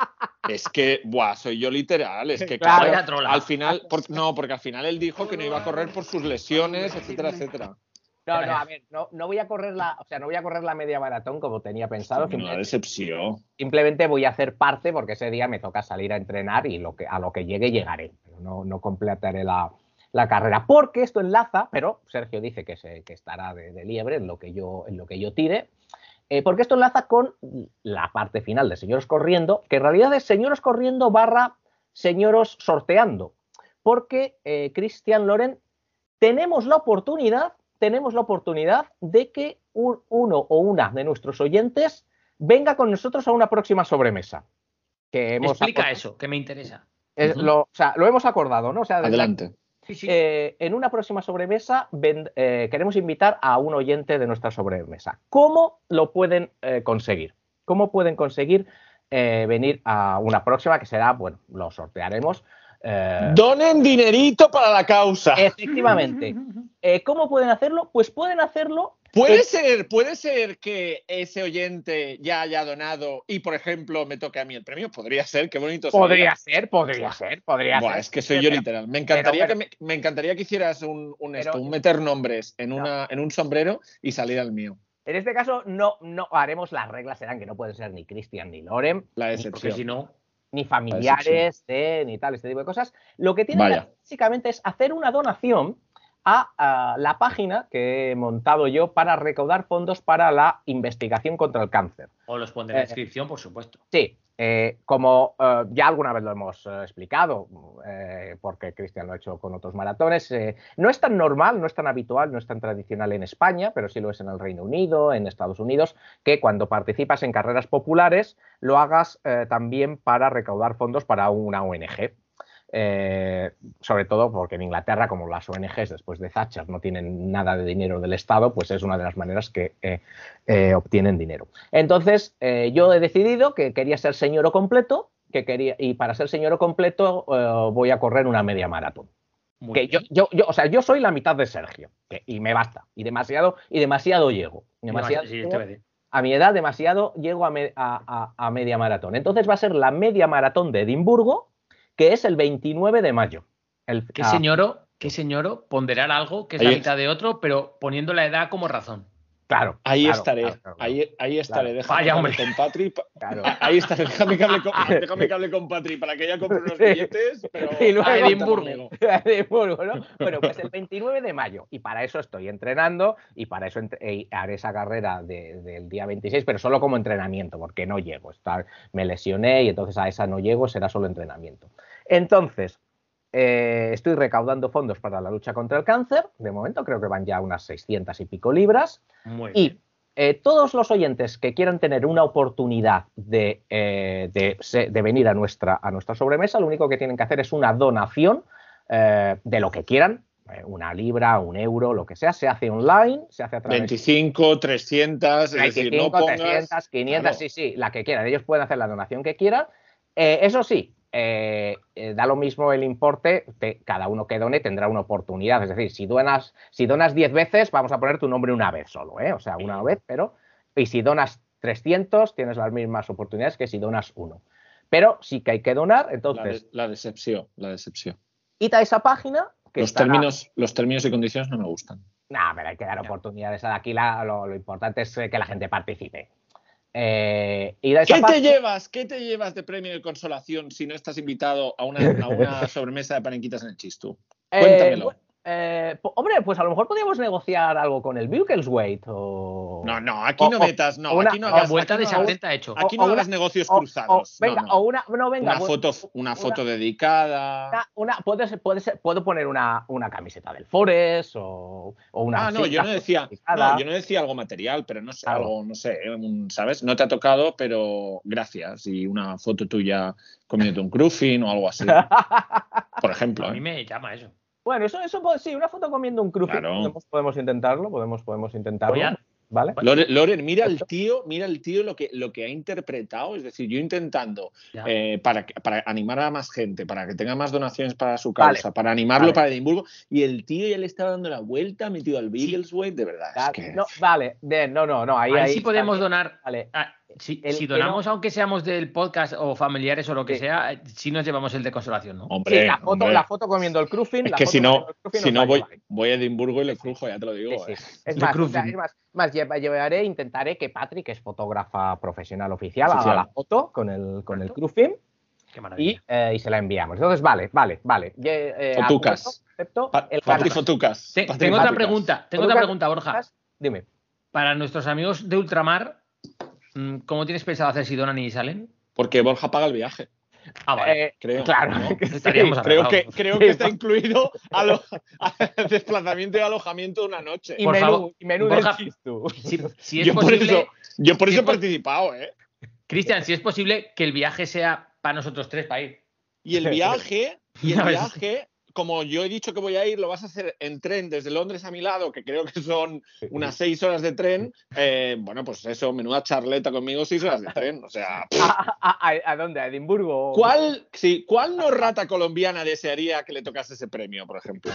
Es que, buah, soy yo literal. Es que, Claro. claro, Vaya trola. al final, por- no, porque al final él dijo que no iba a correr por sus lesiones, etcétera, etcétera. No, no, a ver, no, no voy a correr la, o sea, no voy a correr la media maratón como tenía pensado. Una Simplemente, decepción. simplemente voy a hacer parte porque ese día me toca salir a entrenar y lo que, a lo que llegue llegaré. Pero no, no completaré la, la carrera. Porque esto enlaza, pero Sergio dice que, se, que estará de, de liebre en lo que yo, en lo que yo tire. Eh, porque esto enlaza con la parte final de Señoros Corriendo, que en realidad es Señoros Corriendo barra Señoros Sorteando. Porque, eh, Cristian Loren, tenemos la oportunidad, tenemos la oportunidad de que un, uno o una de nuestros oyentes venga con nosotros a una próxima sobremesa. Que hemos Explica acordado. eso, que me interesa. Es Ujú. lo, o sea, lo hemos acordado, ¿no? O sea, desde Adelante. Sí, sí. eh, en una próxima sobremesa ven- eh, queremos invitar a un oyente de nuestra sobremesa. ¿Cómo lo pueden eh, conseguir? ¿Cómo pueden conseguir eh, venir a una próxima que será, bueno, lo sortearemos? eh, Donen dinerito para la causa. efectivamente. Eh, ¿Cómo pueden hacerlo? Pues pueden hacerlo. Puede eh, ser, puede ser que ese oyente ya haya donado y, por ejemplo, me toque a mí el premio. Podría ser, qué bonito sería. Podría ser, podría ser, podría Buah, ser. es que soy yo Pero- literal. Me encantaría, pero- que, me, me encantaría que hicieras un, un Pero- esto, un meter nombres en, No. una, en un sombrero y salir al mío. En este caso no, no haremos, las reglas serán que no pueden ser ni Cristian ni Loren, La Porque decepción. si no, ni familiares de, ni tal, este tipo de cosas. Lo que tienen que Vaya. hacer básicamente es hacer una donación a, a la página que he montado yo para recaudar fondos para la investigación contra el cáncer. os los pondré en la Eh, descripción, por supuesto. Sí, eh, como eh, ya alguna vez lo hemos eh, explicado, eh, porque Cristian lo ha hecho con otros maratones, eh, no es tan normal, no es tan habitual, no es tan tradicional en España, pero sí lo es en el Reino Unido, en Estados Unidos, que cuando participas en carreras populares lo hagas eh, también para recaudar fondos para una O N G. Eh, sobre todo porque en Inglaterra, como las O N Ges después de Thatcher no tienen nada de dinero del Estado, pues es una de las maneras que eh, eh, obtienen dinero. Entonces, eh, yo he decidido que quería ser señoro completo, que quería, y para ser señoro completo eh, voy a correr una media maratón. Muy Que yo, bien. yo, yo, o sea, yo soy la mitad de Sergio, que, y me basta, y demasiado, y demasiado llego. Demasiado, Sí, te voy a decir. a mi edad, demasiado llego a, me- a- a- a media maratón. Entonces va a ser la media maratón de Edimburgo, que es el veintinueve de mayo. El, ¿Qué ah, señoro, qué señoro ponderar algo que es Ahí la es. mitad de otro, pero poniendo la edad como razón? Claro. Ahí claro, estaré, claro, claro, ahí, ahí estaré. Claro. Déjame Vaya, que hable hombre. con Patri. pa- claro. Ahí estaré, déjame que hable con, déjame que hable con Patri para que ella compre unos Sí. billetes. Pero Y luego- cuenta Edimburgo. conmigo. Edimburgo, ¿no? Bueno, pues el veintinueve de mayo. Y para eso estoy entrenando y para eso ent- eh, haré esa carrera de- del día veintiséis, pero solo como entrenamiento, porque no llego. Está- me lesioné y entonces a esa no llego, será solo entrenamiento. Entonces, eh, estoy recaudando fondos para la lucha contra el cáncer. De momento creo que van ya unas seiscientas y pico libras. Muy Y bien. eh, todos los oyentes que quieran tener una oportunidad de, eh, de, se- de venir a nuestra, a nuestra sobremesa, lo único que tienen que hacer es una donación eh, de lo que quieran, eh, una libra, un euro, lo que sea. Se hace online, se hace a través veinticinco, trescientas, es decir, no veinticinco, pongas. trescientas, quinientas, Claro. sí, sí, la que quieran. Ellos pueden hacer la donación que quieran. Eh, eso sí, eh, eh, da lo mismo el importe, te- cada uno que done tendrá una oportunidad. Es decir, si donas, si donas diez veces, vamos a poner tu nombre una vez solo, ¿eh? O sea, una vez, pero. Y si donas trescientos, tienes las mismas oportunidades que si donas uno. Pero sí que hay que donar, La, entonces, de- la decepción, la decepción. id a esa página. Que Los estará- términos, los términos y condiciones no me gustan. Nah, pero hay que dar oportunidades. Aquí la- lo, lo importante es eh, que la gente participe. Eh, id a esa ¿Qué te página- llevas? ¿Qué te llevas de premio de consolación si no estás invitado a una, a una sobremesa de panenquitas en el Chistu? Eh, Cuéntamelo. bu- eh, po- hombre, pues a lo mejor podríamos negociar algo con el Buckelsweight o. No, no, aquí o- no o- mecho, no, o una- aquí no o La hagas, vuelta aquí de no esa hagas- cuenta hecho. aquí o no una- hagas negocios o- o- cruzados. venga, no, no. o una. No, venga. Una pues- foto, una foto dedicada. una- una- puede ser- puede ser- puedo poner una, una camiseta del Forest o, o una. Ah, no, yo no decía, no, yo no decía algo material, pero no sé, Claro. algo, no sé, un- ¿sabes? No te ha tocado, pero gracias. Y una foto tuya comiéndote un cruffin o algo así, por ejemplo. A mí ¿eh? me llama eso. Bueno, eso, eso puede- sí, una foto comiendo un cruffin. Claro. Podemos, podemos intentarlo, podemos, podemos intentarlo. Voy a- ¿Vale? Loren, Loren, mira el tío, mira el tío lo que, lo que ha interpretado, es decir, yo intentando Ya. eh, para, que- para animar a más gente, para que tenga más donaciones para su Vale. causa, para animarlo Vale. para Edimburgo, y el tío ya le está dando la vuelta, ha metido al Beaglesweight, de verdad. Ya, Es que... no, vale, bien, no, no, no. Ahí, Ahí, ahí sí podemos está bien. donar. Vale. Ah, Si, el si que donamos, no- aunque seamos del podcast o familiares o lo que Sí. sea, si nos llevamos el de consolación, ¿no? Hombre, Sí, la foto, hombre. la foto comiendo el cruffin. Es la que foto si no, comiendo el cruffin si os no la voy, lleváis. voy a Edimburgo y le crujo, ya te lo digo. Sí, eh. sí. Es Le más, o sea, cruffin. es más, más lleva- llevaré, intentaré que Patrick, que es fotógrafa profesional oficial, Oficial. haga la foto con el, con el Correcto. cruffin Qué y, maravilla. eh, y se la enviamos. Entonces, vale, vale, vale. Ye- eh, Fotucas. acuerdo, acepto Pa- el Patri canal. Fotucas. Te- Patri tengo otra Fotucas. pregunta, tengo otra Fotucas, pregunta, Borja. Dime. Para nuestros amigos de ultramar, mm, ¿cómo tienes pensado hacer si donan y salen? Porque Borja paga el viaje. Ah, vale. Eh, creo, Claro, ¿no? que sí. Estaríamos Creo arreglados. que, creo Sí, que está por- incluido alo- al desplazamiento y alojamiento de una noche. Y Por menú, favor, y menú Borja, del Chistu. Si, si es Yo por posible, eso, yo por si eso es he po- participado, ¿eh? Cristian, si es posible que el viaje sea para nosotros tres para ir. Y el viaje, y el Ya ves. viaje, como yo he dicho que voy a ir, lo vas a hacer en tren desde Londres a mi lado, que creo que son unas seis horas de tren. Eh, bueno, pues eso, menuda charleta conmigo, seis horas de tren. O sea, ¿A, a, a- a dónde? ¿A Edimburgo? ¿cuál, sí, ¿cuál no rata colombiana desearía que le tocase ese premio, por ejemplo?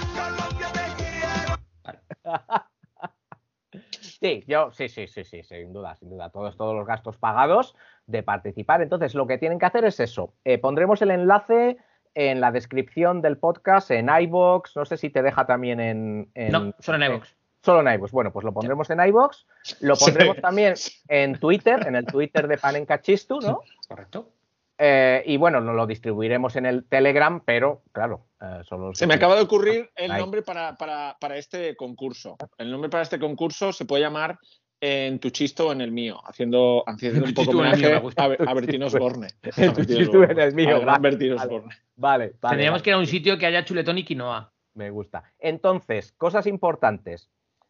Sí, yo, sí, sí, sí, sí, sin duda, sin duda. Todos, todos los gastos pagados de participar. Entonces, lo que tienen que hacer es eso. Eh, pondremos el enlace en la descripción del podcast, en iVoox. No sé si te deja también en. en- No, solo en iVoox. Solo en iVoox. Bueno, pues lo pondremos en iVoox. Lo pondremos Sí. también en Twitter, en el Twitter de Panencachistu, ¿no? Correcto. Eh, y bueno, nos lo distribuiremos en el Telegram, pero claro, eh, solo los Se me que- acaba de ocurrir el Ahí. nombre para, para, para este concurso. El nombre para este concurso se puede llamar En tu chisto o en el mío, haciendo, haciendo En un tu poco chisto o en el mío, homenaje me gusta. a, Ber- a Bertín Osborne. En tu chisto o en el mío, A vale, Bertín vale. Osborne. Vale, vale. Tendríamos vale. que ir a un sitio que haya chuletón y quinoa. Me gusta. Entonces, cosas importantes.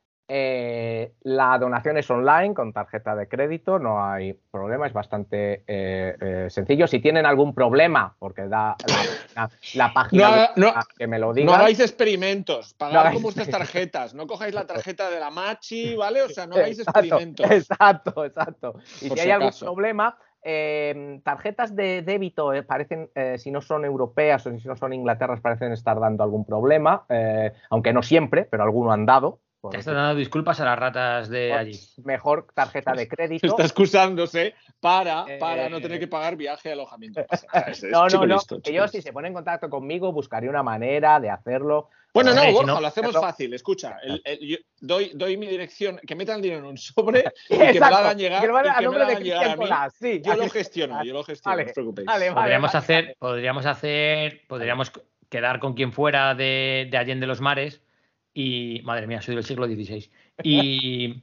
Eh, la donación es online con tarjeta de crédito, no hay problema, es bastante eh, eh, sencillo. Si tienen algún problema, porque da la, la- la página No haga- de- no- a que me lo No digan. hagáis experimentos, No pagad hagáis- con vuestras tarjetas, no cojáis la tarjeta de la Machi, ¿vale? O sea, no hagáis Exacto, experimentos. exacto, exacto. Y Por si si hay algún acaso. problema, eh, tarjetas de débito eh, parecen, eh, si no son europeas o si no son Inglaterras, parecen estar dando algún problema, eh, aunque no siempre, pero alguno han dado. Por Te lo estás que- dando disculpas a las ratas de allí. Mejor tarjeta de crédito. Está excusándose para, para Eh, no tener que pagar viaje y alojamiento. Pasa, o sea, es- es No, no, chico no. listo, Que chico yo, listo. si se pone en contacto conmigo, buscaré una manera de hacerlo. Bueno, no, Hombre, si Borja, no- lo hacemos hacerlo- fácil. Escucha, el- el- yo doy, doy mi dirección, que metan el dinero en un sobre y que me Exacto, lo hagan llegar, que lo van y a- a que me nombre lo de hagan llegar a Cristian mí. Colás, sí, Yo lo aquí- gestiono, yo lo gestiono, Vale, no os preocupéis. vale, vale. Podríamos vale, hacer, vale. podríamos hacer, podríamos quedar con quien fuera de, de Allende los Mares y, madre mía, soy del siglo dieciséis, y,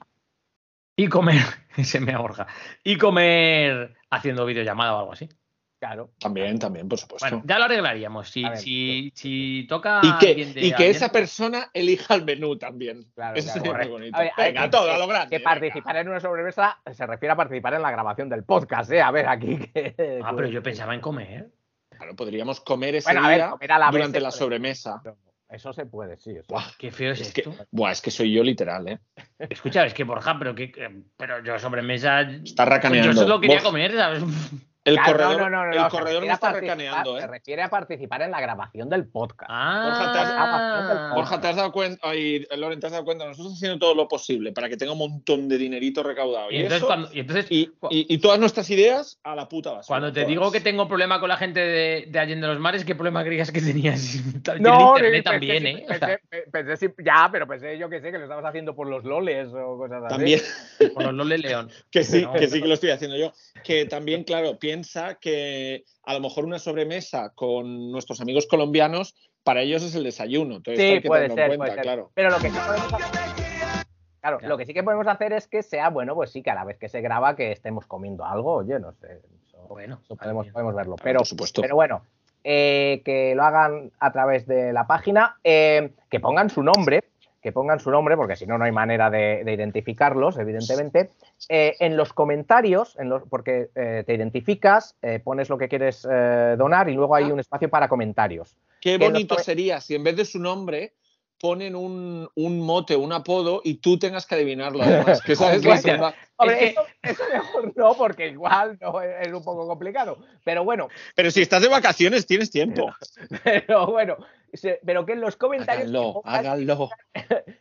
y comer, se me ahorca, y comer haciendo videollamada o algo así. Claro. También, también, por supuesto. Bueno, ya lo arreglaríamos. Si, A ver, si, si toca y que, alguien de y que Allende, esa persona elija el menú también. Claro, Eso claro, sería muy correcto. bonito. A ver, a ver, Venga, que- todo a que- lo grande. Que venga. participar en una sobremesa se refiere a participar en la grabación del podcast, ¿eh? A ver, aquí. Que, Ah, pero yo pensaba en comer. Claro, podríamos comer ese Bueno, a ver, día comer a la vez durante se la puede. sobremesa. Eso se puede, sí. Eso. Buah, Qué feo es, es que, esto. buah, es que soy yo literal, ¿eh? Escucha, es que Borja, pero que, pero yo sobremesa. Está racaneando. Yo solo quería Borja, comer, ¿sabes? El Claro, corredor, no, no, no, el no, se corredor refiere me a está participar- racaneando, Se ¿eh? refiere a participar en la grabación del podcast. Borja, te has- Ah, Borja, ¿te has dado cuenta? Ay, Loren, ¿te has dado cuenta? Nosotros haciendo todo lo posible para que tenga un montón de dinerito recaudado. y, Y, entonces, eso- cuando, y entonces y, y- y todas nuestras ideas a la puta basura. cuando te todas. digo que tengo problema con la gente de, de Allende los Mares, ¿qué problema creías que tenías? Tienen No, internet pensé- también, pensé- ¿eh? O sea, Pensé, pe- pensé si- ya, pero pensé yo que sé, que lo estabas haciendo por los loles o cosas así. También, por los Lole León. que sí, No. que sí que lo estoy haciendo yo. Que también, claro, piensa que a lo mejor una sobremesa con nuestros amigos colombianos, para ellos es el desayuno. Entonces, Sí, hay que puede tenerlo ser, en puede cuenta, ser. claro. Pero lo que sí podemos hacer. Claro, Claro. lo que sí que podemos hacer es que sea, bueno, pues sí, que a la vez que se graba, que estemos comiendo algo, oye, no sé. Eso, Bueno, eso podemos, también. podemos verlo. Claro, Pero, por supuesto. pero bueno, eh, que lo hagan a través de la página, eh, que pongan su nombre, que pongan su nombre, porque si no, no hay manera de, de identificarlos, evidentemente. Eh, en los comentarios, en los, porque eh, te identificas, eh, pones lo que quieres eh, donar y luego hay Ah. un espacio para comentarios. Qué que bonito nos- sería si en vez de su nombre ponen un, un mote, un apodo y tú tengas que adivinarlo. Además, que esa es la Cristian. segunda- Hombre, Es que- eso, eso mejor no, porque igual no es es un poco complicado. Pero bueno, Pero si estás de vacaciones, tienes tiempo. pero bueno, se- pero que en los comentarios Háganlo, que pongan, háganlo.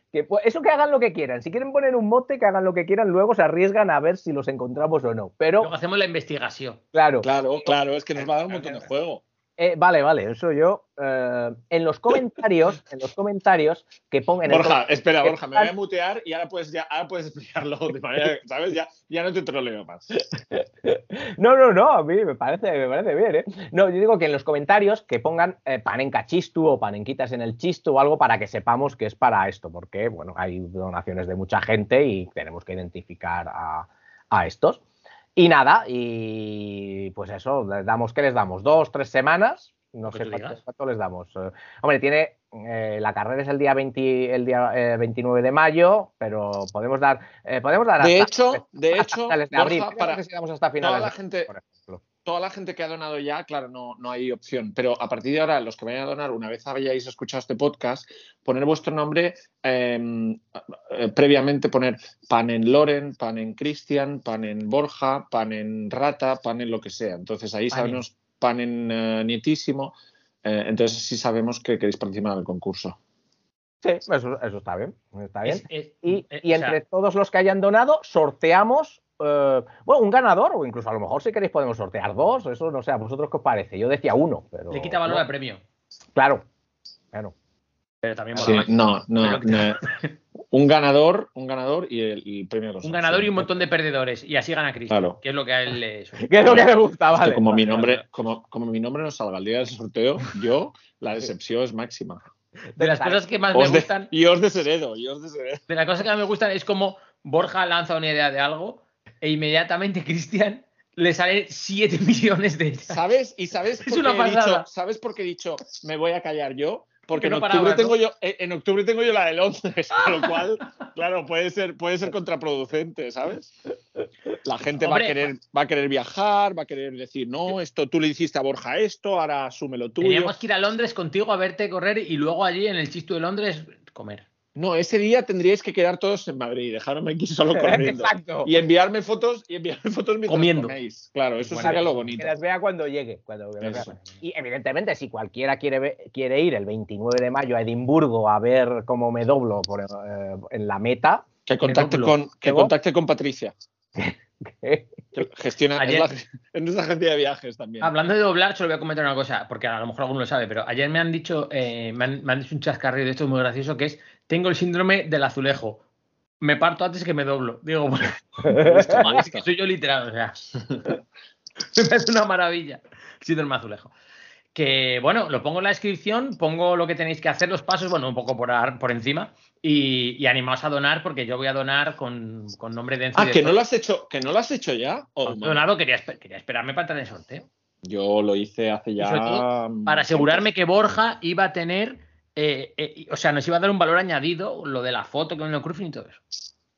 Que, pues, eso que hagan lo que quieran. Si quieren poner un mote, que hagan lo que quieran. Luego se arriesgan a ver si los encontramos o no. Pero luego hacemos la investigación. Claro. Claro, claro, es que nos va a dar un montón de juego. Eh, vale, vale, eso yo. Eh, en los comentarios, en los comentarios que pongan. Borja, espera, Borja, me voy a mutear y ahora puedes, ya, ahora puedes explicarlo de manera, ¿sabes? Ya, ya no te troleo más. No, no, no, a mí me parece, me parece bien, ¿eh? No, yo digo que en los comentarios que pongan eh, panenca chistu o panenquitas en el chistu o algo para que sepamos que es para esto, porque, bueno, hay donaciones de mucha gente y tenemos que identificar a, a estos. Y nada, y pues eso, les damos, ¿qué les damos? ¿Dos, tres semanas? No sé cuánto, cuánto les damos. Eh, hombre, tiene eh, la carrera es el día veinte, el día eh, veintinueve de mayo, pero podemos dar, eh, podemos dar de hasta, hecho, de hasta hecho, finales de Borja, abril. para No sé si damos hasta finales toda la de gente, abril, por ejemplo. Toda la gente que ha donado ya, claro, no, no hay opción. Pero a partir de ahora, los que vayan a donar, una vez hayáis escuchado este podcast, poner vuestro nombre eh, eh, previamente, poner pan en Loren, pan en Cristian, pan en Borja, pan en Rata, pan en lo que sea. Entonces ahí sabemos pan en uh, Nietísimo. Eh, entonces sí sabemos que queréis participar en el concurso. Sí, eso, eso está bien. Está bien. Es, es, y, eh, y entre o sea, todos los que hayan donado, sorteamos. Uh, bueno, un ganador, o incluso a lo mejor si queréis podemos sortear dos, eso no sé, ¿a vosotros qué os parece? Yo decía uno, pero... Le quita valor no. al premio. Claro, claro. Pero también sí, no, no, no. Un ganador, un ganador y el, y el premio de los Un ganador y un montón de perdedores, y así gana Cristian, claro. que es lo que a él le... que es lo que le gusta, vale. Es que como, mi nombre, como, como mi nombre no salga el día del sorteo, yo, la decepción es máxima. De las cosas que más os me de, gustan... Y os desheredo, y os desheredo. De las cosas que más me gustan es como Borja lanza una idea de algo e inmediatamente Cristian le salen siete millones de ellas. ¿Sabes? ¿Y sabes por, es una qué he pasada. dicho, ¿sabes por qué he dicho me voy a callar yo? Porque en, no octubre paraba, tengo ¿no? yo, en octubre tengo yo la de Londres, con lo cual, claro, puede ser, puede ser contraproducente, ¿sabes? La gente va a, querer, va a querer viajar, va a querer decir, no, esto tú le hiciste a Borja esto, ahora asúmelo tú. Teníamos que ir a Londres contigo a verte correr y luego allí en el Chistu de Londres comer. No, ese día tendríais que quedar todos en Madrid, dejarme aquí solo corriendo. Exacto. Y enviarme fotos, y enviarme fotos mientras comiendo. Coméis. Claro, eso bueno, sería lo bonito. Que las vea cuando llegue. Cuando y evidentemente, si cualquiera quiere, ver, quiere ir el veintinueve de mayo a Edimburgo a ver cómo me doblo por, eh, en la meta. Que contacte, con, que contacte con Patricia. ¿Qué? Gestiona, ayer, es, la, es nuestra agencia de viajes también. Hablando de doblar, solo voy a comentar una cosa, porque a lo mejor alguno lo sabe, pero ayer me han dicho, eh, me, han, me han dicho un chascarrillo de esto muy gracioso, que es, tengo el síndrome del azulejo. Me parto antes que me doblo. Digo, bueno, esto, es que soy yo literal, o sea. Me parece una maravilla. Síndrome azulejo. Que, bueno, lo pongo en la descripción, pongo lo que tenéis que hacer, los pasos, bueno, un poco por, por encima, y, y animaos a donar, porque yo voy a donar con, con nombre de Enzo. Ah, ¿que no lo has hecho, que no lo has hecho ya? Oh, donado, quería, quería esperarme para entrar en el sorteo. Yo lo hice hace ya... Todo, para asegurarme que Borja iba a tener, eh, eh, o sea, nos iba a dar un valor añadido, lo de la foto con el cruising y todo eso.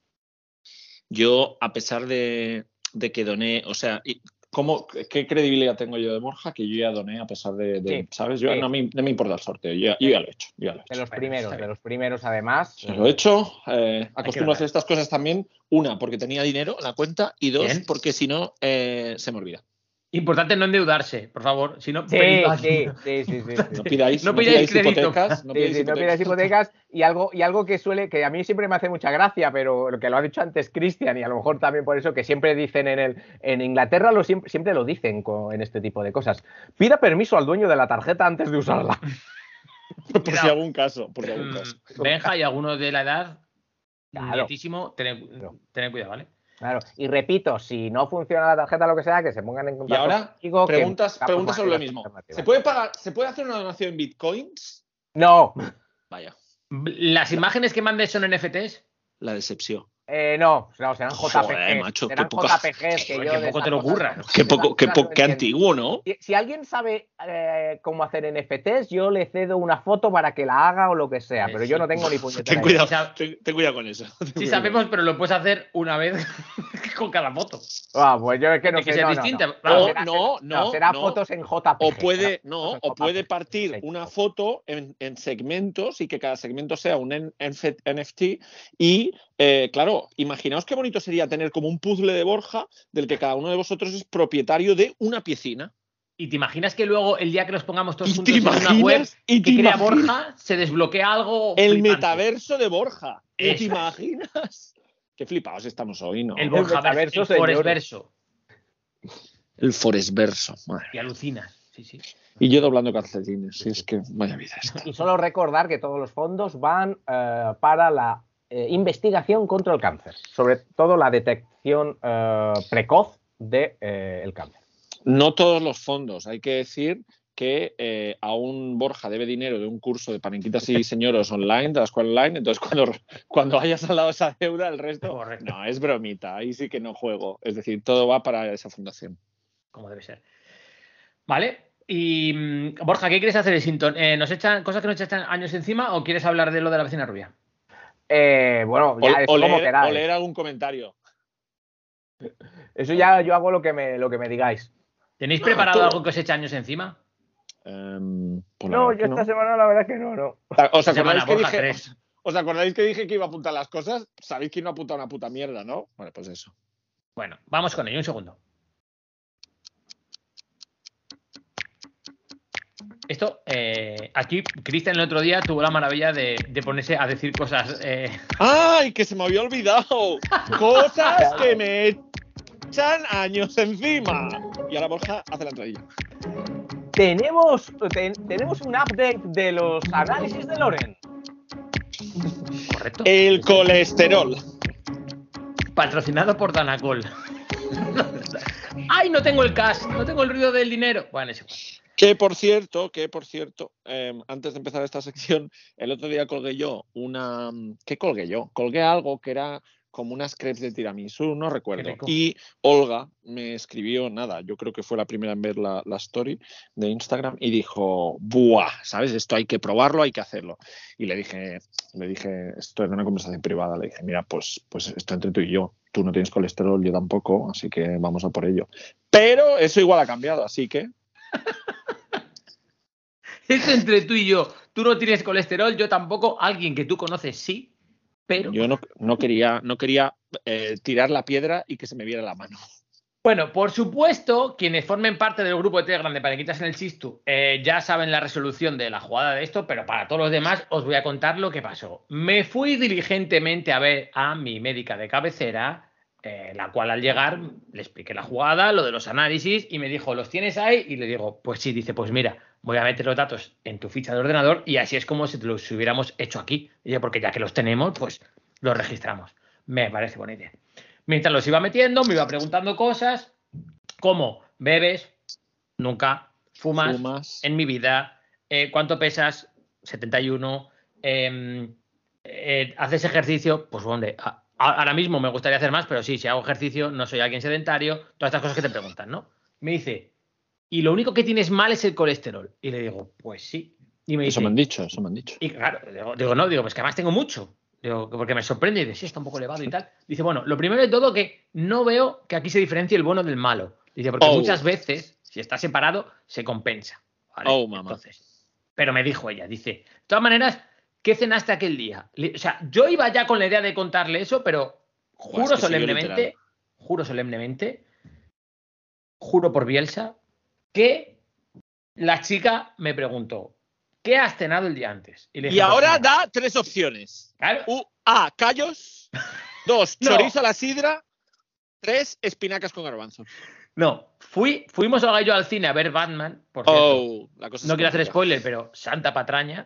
Yo, a pesar de, de que doné, o sea... Y, ¿Cómo, ¿Qué credibilidad tengo yo de Borja? Que yo ya doné a pesar de, de sí, ¿sabes? Yo, sí. no, me, no me importa el sorteo, yo, yo ya lo he hecho. Ya lo he hecho. De los primeros, de los primeros además. Ya lo he hecho. Eh, acostumbro a hacer estas cosas también. Una, porque tenía dinero en la cuenta y dos, ¿bien? Porque si no, eh, se me olvida. Importante no endeudarse, por favor. Si no, sí, sí, sí, sí, sí, sí. No pidáis, no no pidáis, pidáis hipotecas. No pidáis, sí, sí, hipotecas. no pidáis hipotecas. Y algo, y algo que suele, que a mí siempre me hace mucha gracia, pero lo que lo ha dicho antes Cristian, y a lo mejor también por eso, que siempre dicen en el en Inglaterra, lo siempre, siempre lo dicen con, en este tipo de cosas. Pida permiso al dueño de la tarjeta antes de usarla. por si algún caso. Por si algún caso. Benja y algunos de la edad, claro. Nietísimo, tened, tened cuidado, ¿vale? Claro, y repito, si no funciona la tarjeta o lo que sea, que se pongan en contacto. Y ahora, contigo, preguntas, que preguntas sobre lo mismo. ¿Se puede pagar, ¿se puede hacer una donación en bitcoins? No. Vaya. ¿Las imágenes que mandes son N F Ts? La decepción. Eh, no, no, serán J P Gs. Joder, macho, serán qué poca... J P Gs que yo. Qué poco te lo ocurra. ¿no? Qué poco, qué, po qué antiguo, ¿no? Si, si alguien sabe eh, cómo hacer N F Ts, yo le cedo una foto para que la haga o lo que sea, pero yo no tengo ni puñetera. Ten cuidado, ten, ten cuidado con eso. Sí, cuidado. Sabemos, pero lo puedes hacer una vez con cada foto. Ah, pues yo es que no que sé. sea no, distinta. No, no, no, será, no, no, no, será no. fotos en J P G. O puede, no, o puede J P G. partir una foto en, en segmentos y que cada segmento sea un N F T y, eh, claro, imaginaos qué bonito sería tener como un puzzle de Borja del que cada uno de vosotros es propietario de una piecina. ¿Y te imaginas que luego el día que los pongamos todos ¿Y juntos te en una imaginas? web ¿Y te que crea imaginas? Borja, se desbloquea algo El flipante? metaverso de Borja. ¿Y Eso ¿Te es. imaginas? Qué flipados estamos hoy, ¿no? El Borja metaverso, verso, el señores. Forest verso. El Foresverso. Madre Y mía. alucinas. Sí, sí. Y yo doblando calcetines. Si es que vaya vida esta. Y solo recordar que todos los fondos van eh, para la eh, investigación contra el cáncer, sobre todo la detección eh, precoz del de, eh, cáncer. No todos los fondos. Hay que decir que eh, aún Borja debe dinero de un curso de panenquitas y señoros online, de la escuela online. Entonces, cuando, cuando haya saldado esa deuda, el resto. Correcto. No, es bromita. Ahí sí que no juego. Es decir, todo va para esa fundación. Como debe ser. Vale. Y mm, Borja, ¿qué quieres hacer, Sinton? Eh, ¿Nos echan cosas que nos echan años encima o quieres hablar de lo de la vecina rubia? Eh, bueno, ya O, eso o como leer, queráis. o leer algún comentario. Eso ya yo hago lo que me, lo que me digáis. ¿Tenéis No, preparado tú- algo que os echa años encima? Em, pues la No, verdad yo que esta semana la verdad que no, no. ¿Os Esta acordáis, semana, que Borja, dije, tres. ¿Os acordáis que dije que iba a apuntar las cosas? Sabéis que no ha apuntado una puta mierda, ¿no? Bueno, pues eso. Bueno, vamos con ello, un segundo. Esto, eh, aquí Cristian el otro día tuvo la maravilla de, de ponerse a decir cosas. Eh, ¡Ay, que se me había olvidado! Cosas que me echan años encima. Y ahora Borja hace la entradilla. Tenemos, ten- tenemos un update de los análisis de Loren. ¿Correcto? El colesterol. Patrocinado por Danacol. ¡Ay, no tengo el cash! No tengo el ruido del dinero. Bueno, es igual. Que por cierto, que por cierto, eh, antes de empezar esta sección, el otro día colgué yo una. ¿Qué colgué yo? Colgué algo que era como unas crepes de tiramisú, no recuerdo. Qué rico. Y Olga me escribió, nada, yo creo que fue la primera en ver la, la story de Instagram y dijo, ¡buah! ¿Sabes? Esto hay que probarlo, hay que hacerlo. Y le dije, le dije, esto era una conversación privada, le dije, mira, pues, pues esto entre tú y yo. Tú no tienes colesterol, yo tampoco, así que vamos a por ello. Pero eso igual ha cambiado, así que. Es entre tú y yo. Tú no tienes colesterol, yo tampoco. Alguien que tú conoces sí, pero... Yo no, no quería, no quería eh, tirar la piedra y que se me viera la mano. Bueno, por supuesto, quienes formen parte del grupo de Telegram de Panenquitas en el Chistu eh, ya saben la resolución de la jugada de esto, pero para todos los demás os voy a contar lo que pasó. Me fui diligentemente a ver a mi médica de cabecera, eh, la cual al llegar le expliqué la jugada, lo de los análisis, y me dijo, ¿los tienes ahí? Y le digo, pues sí. Dice, pues mira, voy a meter los datos en tu ficha de ordenador y así es como si los hubiéramos hecho aquí. Dice, porque ya que los tenemos, pues los registramos. Me parece buena idea. Mientras los iba metiendo, me iba preguntando cosas como, ¿bebes? Nunca. ¿Fumas? Fumas. En mi vida. Eh, ¿Cuánto pesas? setenta y uno. Eh, eh, ¿Haces ejercicio? Pues hombre, a- a- ahora mismo me gustaría hacer más, pero sí, si hago ejercicio, no soy alguien sedentario. Todas estas cosas que te preguntan, ¿no? Me dice, y lo único que tienes mal es el colesterol. Y le digo, pues sí. Y me dice, Eso me han dicho, eso me han dicho. y claro, digo, digo, no, digo, pues que además tengo mucho. Digo, porque me sorprende y dice, sí, está un poco elevado y tal. Dice, bueno, lo primero de todo que no veo que aquí se diferencie el bueno del malo. Dice, porque Oh. muchas veces, si está separado, se compensa. ¿Vale? Oh, mamá. Entonces, pero me dijo ella, dice, de todas maneras, ¿qué cenaste aquel día? Le- O sea, yo iba ya con la idea de contarle eso, pero Joder, juro es que soy yo solemnemente, literal. juro solemnemente, juro por Bielsa, que la chica me preguntó, ¿qué has cenado el día antes? le Y dije, pues ahora nada. da tres opciones. Claro. U, A, callos. Dos, No. chorizo a la sidra. Tres, espinacas con garbanzos. No, fui, fuimos Olga y yo al cine a ver Batman, por cierto. Oh, la cosa No es quiero hacer complicada. spoiler, pero santa patraña.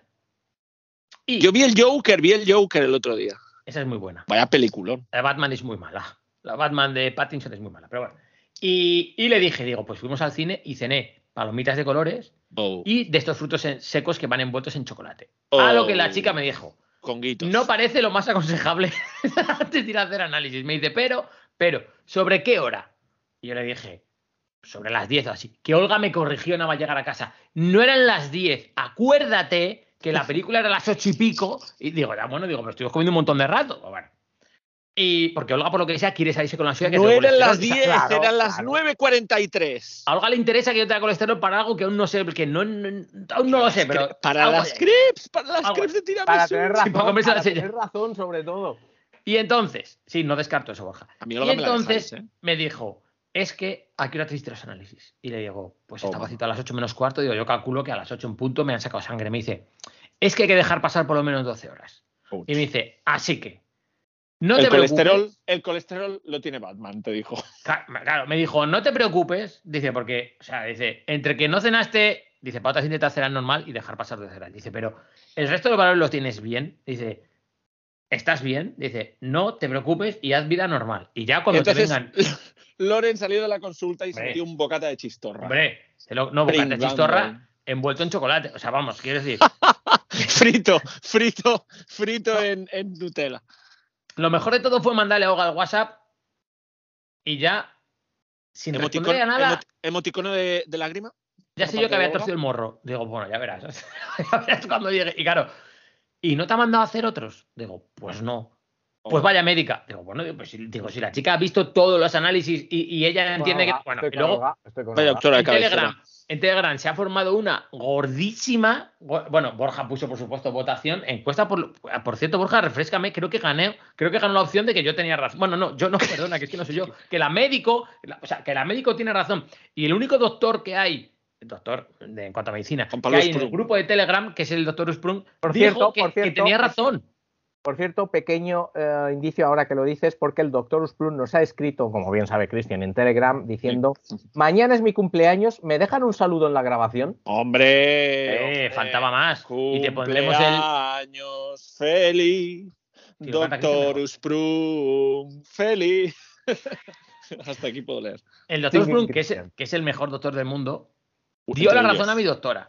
Y Yo vi el Joker, vi el Joker el otro día. esa es muy buena. Vaya peliculón. La Batman es muy mala. La Batman de Pattinson es muy mala, pero bueno. Y, y le dije, digo, pues fuimos al cine y cené palomitas de colores Oh, y de estos frutos en- secos que van envueltos en chocolate. Oh. A lo que la chica me dijo, con guitos. no parece lo más aconsejable antes de ir a hacer análisis. Me dice, pero, pero, ¿sobre qué hora? Y yo le dije, sobre las diez o así. Que Olga me corrigió nada más llegar a casa. No eran las diez. Acuérdate que la película era a las ocho y pico. Y digo, ya bueno, digo, pero estoy comiendo un montón de rato. Pues bueno. Y porque Olga, por lo que sea, quiere salirse con la suya. Que No es el eran las colesterol. diez, Claro, eran las claro. nueve cuarenta y tres. A Olga le interesa que yo tenga colesterol para algo que aún no sé, que no, no- aún no lo sé, pero Para algo las hay. crepes, para las Algo crepes de tiramisú. Para tener razón, para comerse la para sella. tener razón sobre todo. Y entonces, sí, no descarto eso, Borja. A mí Y Olga me la entonces dejáis, ¿eh? me dijo, es que ¿a qué hora te hiciste los análisis? Y le digo, pues Oh, estaba mamá. citado a las ocho menos cuarto. Digo, yo calculo que a las ocho en punto me han sacado sangre. Me dice, es que hay que dejar pasar por lo menos doce horas. Ouch. Y me dice, así que no el te colesterol, preocupes. el colesterol lo tiene Batman, te dijo. Claro, me dijo, no te preocupes. Dice, porque, o sea, dice, entre que no cenaste, dice, para otras intentas cenar normal y dejar pasar doce horas. Dice, pero el resto de los valores los tienes bien. Dice, ¿estás bien? Dice, no te preocupes y haz vida normal. Y ya cuando Entonces, te vengan. Loren salió de la consulta y se Hombre. metió un bocata de chistorra. Hombre, te lo- no, bocata de Pringando. chistorra envuelto en chocolate. O sea, vamos, quiero decir. frito, frito, frito en, en Nutella. Lo mejor de todo fue mandarle a Olga al WhatsApp y ya, sin responderle a nada, emot- emoticono de, de lágrima. ya por sé yo parte que había de Olga. torcido el morro. Digo, bueno, ya verás. Ya verás cuando llegue. Y claro, ¿y no te ha mandado a hacer otros? Digo, pues no. Pues vaya médica. Digo, bueno, digo, pues, si- digo, si la chica ha visto todos los análisis y, y ella entiende Olga, que. Bueno, estoy y con luego Olga, estoy con Vaya Olga. doctora de en Telegram, cabecera. en Telegram se ha formado una gordísima. go- Bueno, Borja puso, por supuesto, votación. Encuesta, por, por cierto, Borja, refrescame. Creo que gané, creo que ganó la opción de que yo tenía razón. Bueno, no, yo no, perdona, que es que no soy yo. Que la médico, la- o sea, que la médico tiene razón. Y el único doctor que hay, doctor de, en cuanto a medicina, Juan que Pablo hay en el Sprung. grupo de Telegram, que es el doctor Sprung, Por dijo cierto, que, por que cierto, tenía por- razón. Por cierto, pequeño eh, indicio ahora que lo dices, porque el doctor Usplum nos ha escrito, como bien sabe Cristian, en Telegram, diciendo, mañana es mi cumpleaños, ¿me dejan un saludo en la grabación? Hombre, Eh, hombre, faltaba más. Y te pondremos el. cumpleaños feliz, Si lo canta Cristian, doctor mejor. Sprung, feliz. Hasta aquí puedo leer. El doctor Sí, Sprung, que es, Cristian. que es el mejor doctor del mundo, Uy, dio la entre razón ellos. a mi doctora.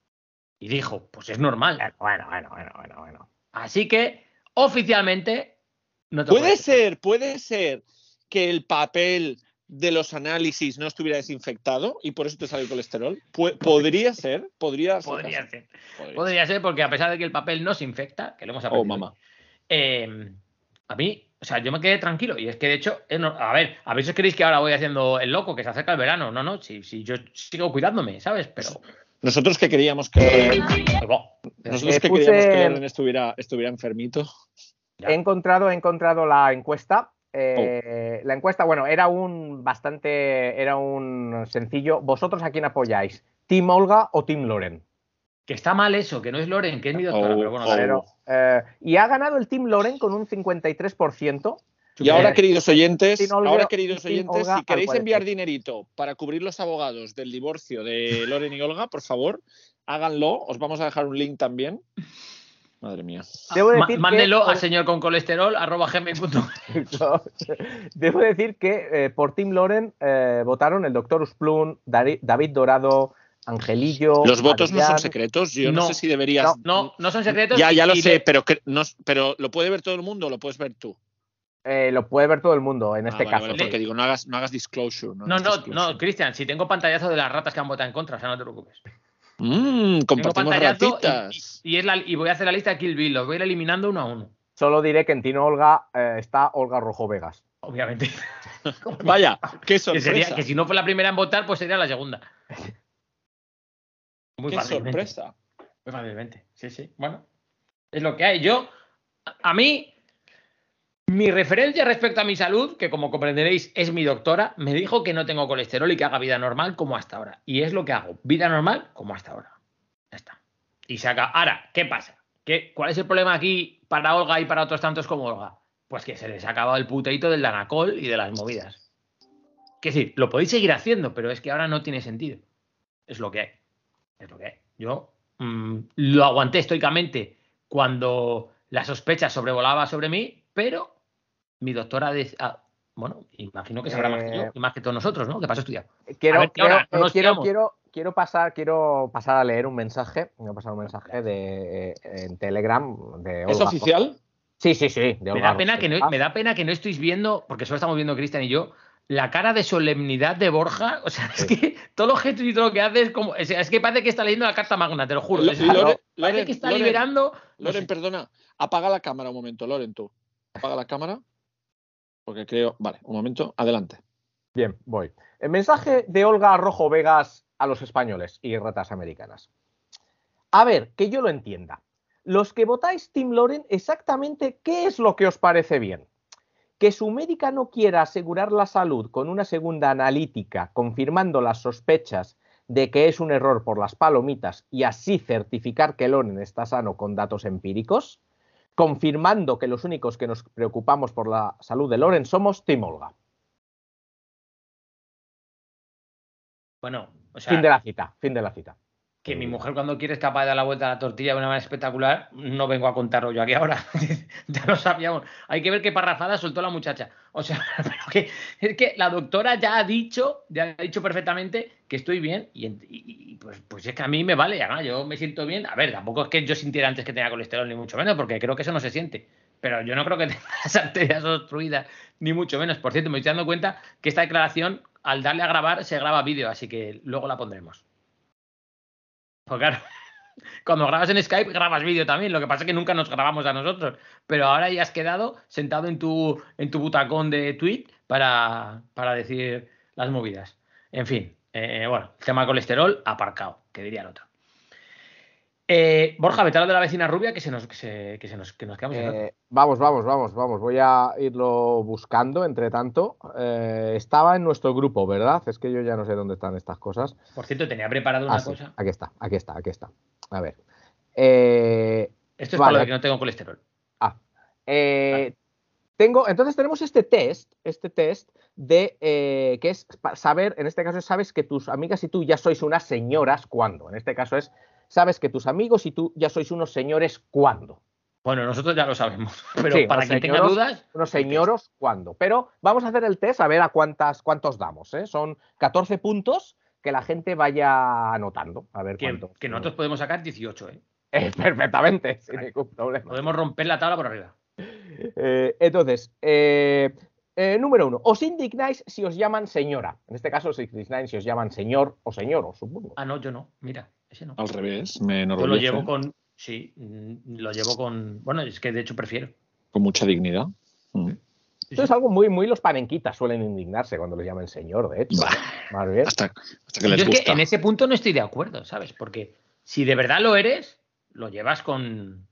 Y dijo, pues es normal. Bueno, bueno, bueno, bueno, bueno. Así que, oficialmente, no te Puede puedes- ser, puede ser que el papel de los análisis no estuviera desinfectado y por eso te sale el colesterol. Pu- podría ser, podría ser. Podría caso. ser. Podría Podría ser porque a pesar de que el papel no se infecta, que lo hemos Oh, aprendido. mamá. eh, a mí, o sea, yo me quedé tranquilo. Y es que, de hecho, es no- a ver, a ver si os creéis que ahora voy haciendo el loco, que se acerca el verano. No, no, si, si yo sigo cuidándome, ¿sabes? Pero. Nosotros que queríamos que Pues, bueno, nosotros Eh, que puse- queríamos que Loren estuviera, estuviera enfermito. Ya. He encontrado, he encontrado la encuesta. Eh, La encuesta, bueno, era un bastante, era un sencillo. ¿Vosotros a quién apoyáis? ¿Team Olga o Team Loren? que está mal eso, que no es Loren, que es mi doctora. Oh, pero bueno, oh. dale. Pero, eh, y ha ganado el Team Loren con un cincuenta y tres por ciento. Y ahora, Eh, queridos oyentes, Team Olga- ahora, queridos Team oyentes, Olga si al queréis cuarenta. enviar dinerito para cubrir los abogados del divorcio de Loren y Olga, por favor, háganlo. Os vamos a dejar un link también. Madre mía. Debo Ma- decir que- Mándenlo a señor con colesterol arroba gmail punto com. Debo decir que eh, por Team Loren eh, votaron el doctor Usplum, Dari- David Dorado, Angelillo. Los votos no son Adrián. secretos. Yo no, No, sé si deberías. No, no son secretos. Ya, ya lo y sé, de- pero, que- no, pero ¿lo puede ver todo el mundo o lo puedes ver tú? Eh, lo puede ver todo el mundo en Ah, este vale, caso. vale, porque digo, no hagas, no hagas disclosure. No, hagas no, disclosure. no, Cristian, si tengo pantallazo de las ratas que han votado en contra, o sea, no te preocupes. Mm, Tengo compartimos pantallazo ratitas. y, y, y es la, y voy a hacer la lista de Kill Bill, los voy a ir eliminando uno a uno, Solo diré que en Team Olga eh, está Olga Rojo Vegas. obviamente. Vaya, qué que, sorpresa. sería, que si no fue la primera en votar, pues sería la segunda. Muy Qué fácilmente. sorpresa. Muy fácilmente. Sí, sí. Bueno, es lo que hay. Yo, a- a mí, mi referencia respecto a mi salud, que como comprenderéis es mi doctora, me dijo que no tengo colesterol y que haga vida normal como hasta ahora. Y es lo que hago. Vida normal como hasta ahora. Ya está. Y se acaba. Ahora, ¿qué pasa? ¿Qué, ¿Cuál es el problema aquí para Olga y para otros tantos como Olga? Pues que se les ha acabado el puteito del Danacol y de las movidas. Que sí, lo podéis seguir haciendo, pero es que ahora no tiene sentido. Es lo que hay. Es lo que hay. Yo mmm, lo aguanté estoicamente cuando la sospecha sobrevolaba sobre mí, pero mi doctora, de, ah, bueno, imagino que sabrá más que yo y más que todos nosotros, ¿no? Que pasa a estudiar. Quiero, A ver, que quiero, ahora no eh, nos quiero, fiamos. quiero, quiero pasar, quiero pasar a leer un mensaje. Voy a pasar un mensaje de, eh, en Telegram de ¿Es Olga. oficial? Sí, sí, sí. De Me Olga da, pena que no, me da pena que no estéis viendo, porque solo estamos viendo Cristian y yo, la cara de solemnidad de Borja. O sea, es que todos los gestos y todo lo que hace es como. Es, es que parece que está leyendo la carta magna, te lo juro. Lo- Es- Loren, parece Loren, que está Loren, liberando. no Loren, sé. perdona. Apaga la cámara un momento, Loren, tú. Apaga la cámara. Porque creo. Vale, un momento. Adelante. Bien, voy. El mensaje de Olga Rojo Vegas a los españoles y ratas americanas. A ver, que yo lo entienda. Los que votáis Team Loren, exactamente qué es lo que os parece bien. Que su médica no quiera asegurar la salud con una segunda analítica, confirmando las sospechas de que es un error por las palomitas y así certificar que Loren está sano con datos empíricos, confirmando que los únicos que nos preocupamos por la salud de Loren somos Team Olga. Bueno, o sea... Fin de la cita, fin de la cita. Que mi mujer cuando quiere es capaz de dar la vuelta a la tortilla de una manera espectacular, no vengo a contarlo yo aquí ahora. Ya lo sabíamos. Hay que ver qué parrafada soltó la muchacha. O sea, pero que, es que la doctora ya ha dicho, ya ha dicho perfectamente que estoy bien y, y, y pues, pues es que a mí me vale, ya, ¿no? Yo me siento bien. A ver, tampoco es que yo sintiera antes que tenía colesterol, ni mucho menos, porque creo que eso no se siente. Pero yo no creo que tenga las arterias obstruidas, ni mucho menos. Por cierto, me estoy dando cuenta que esta declaración, al darle a grabar, se graba vídeo, así que luego la pondremos. Pues claro, cuando grabas en Skype grabas vídeo también, lo que pasa es que nunca nos grabamos a nosotros, pero ahora ya has quedado sentado en tu, en tu butacón de tweet para, para decir las movidas. En fin, eh, bueno, el tema de colesterol aparcado, que diría el otro. Eh, Borja, vete a lo de la vecina rubia que se nos, que se, que se nos, que nos quedamos en Eh, vamos, vamos, vamos, vamos. Voy a irlo buscando, entre tanto. Eh, estaba en nuestro grupo, ¿verdad? Es que yo ya no sé dónde están estas cosas. Por cierto, tenía preparado una ah, sí. cosa. Aquí está, aquí está, aquí está. A ver. Eh, Esto es vale. para lo de que no tengo colesterol. Ah. Eh, Vale. Tengo, entonces tenemos este test, este test de eh, que es saber, en este caso es sabes que tus amigas y tú ya sois unas señoras cuando. En este caso es sabes que tus amigos y tú ya sois unos señores cuando. Bueno, nosotros ya lo sabemos, pero Sí, para unos quien tenga señoros- dudas, Unos señoros cuando. Pero vamos a hacer el test a ver a cuántas, cuántos damos. ¿eh? Son catorce puntos que la gente vaya anotando. A ver que, cuántos. que nosotros podemos sacar dieciocho, ¿eh? Eh, perfectamente, sin ningún problema. Podemos romper la tabla por arriba. Eh, entonces, eh, eh, número uno, os indignáis si os llaman señora. En este caso os indignáis si os llaman señor o señor, os supongo. Ah, no, yo no. Mira, ese no. Al revés, me Yo enorgullece. lo llevo con... Sí, mm, lo llevo con... Bueno, es que de hecho prefiero. Con mucha dignidad. Mm. Esto es algo muy, muy los panenquitas suelen indignarse cuando les llaman señor, de hecho. Bah. Más bien. Hasta, hasta que Yo les es gusta. que en ese punto no estoy de acuerdo, ¿sabes? Porque si de verdad lo eres, lo llevas con...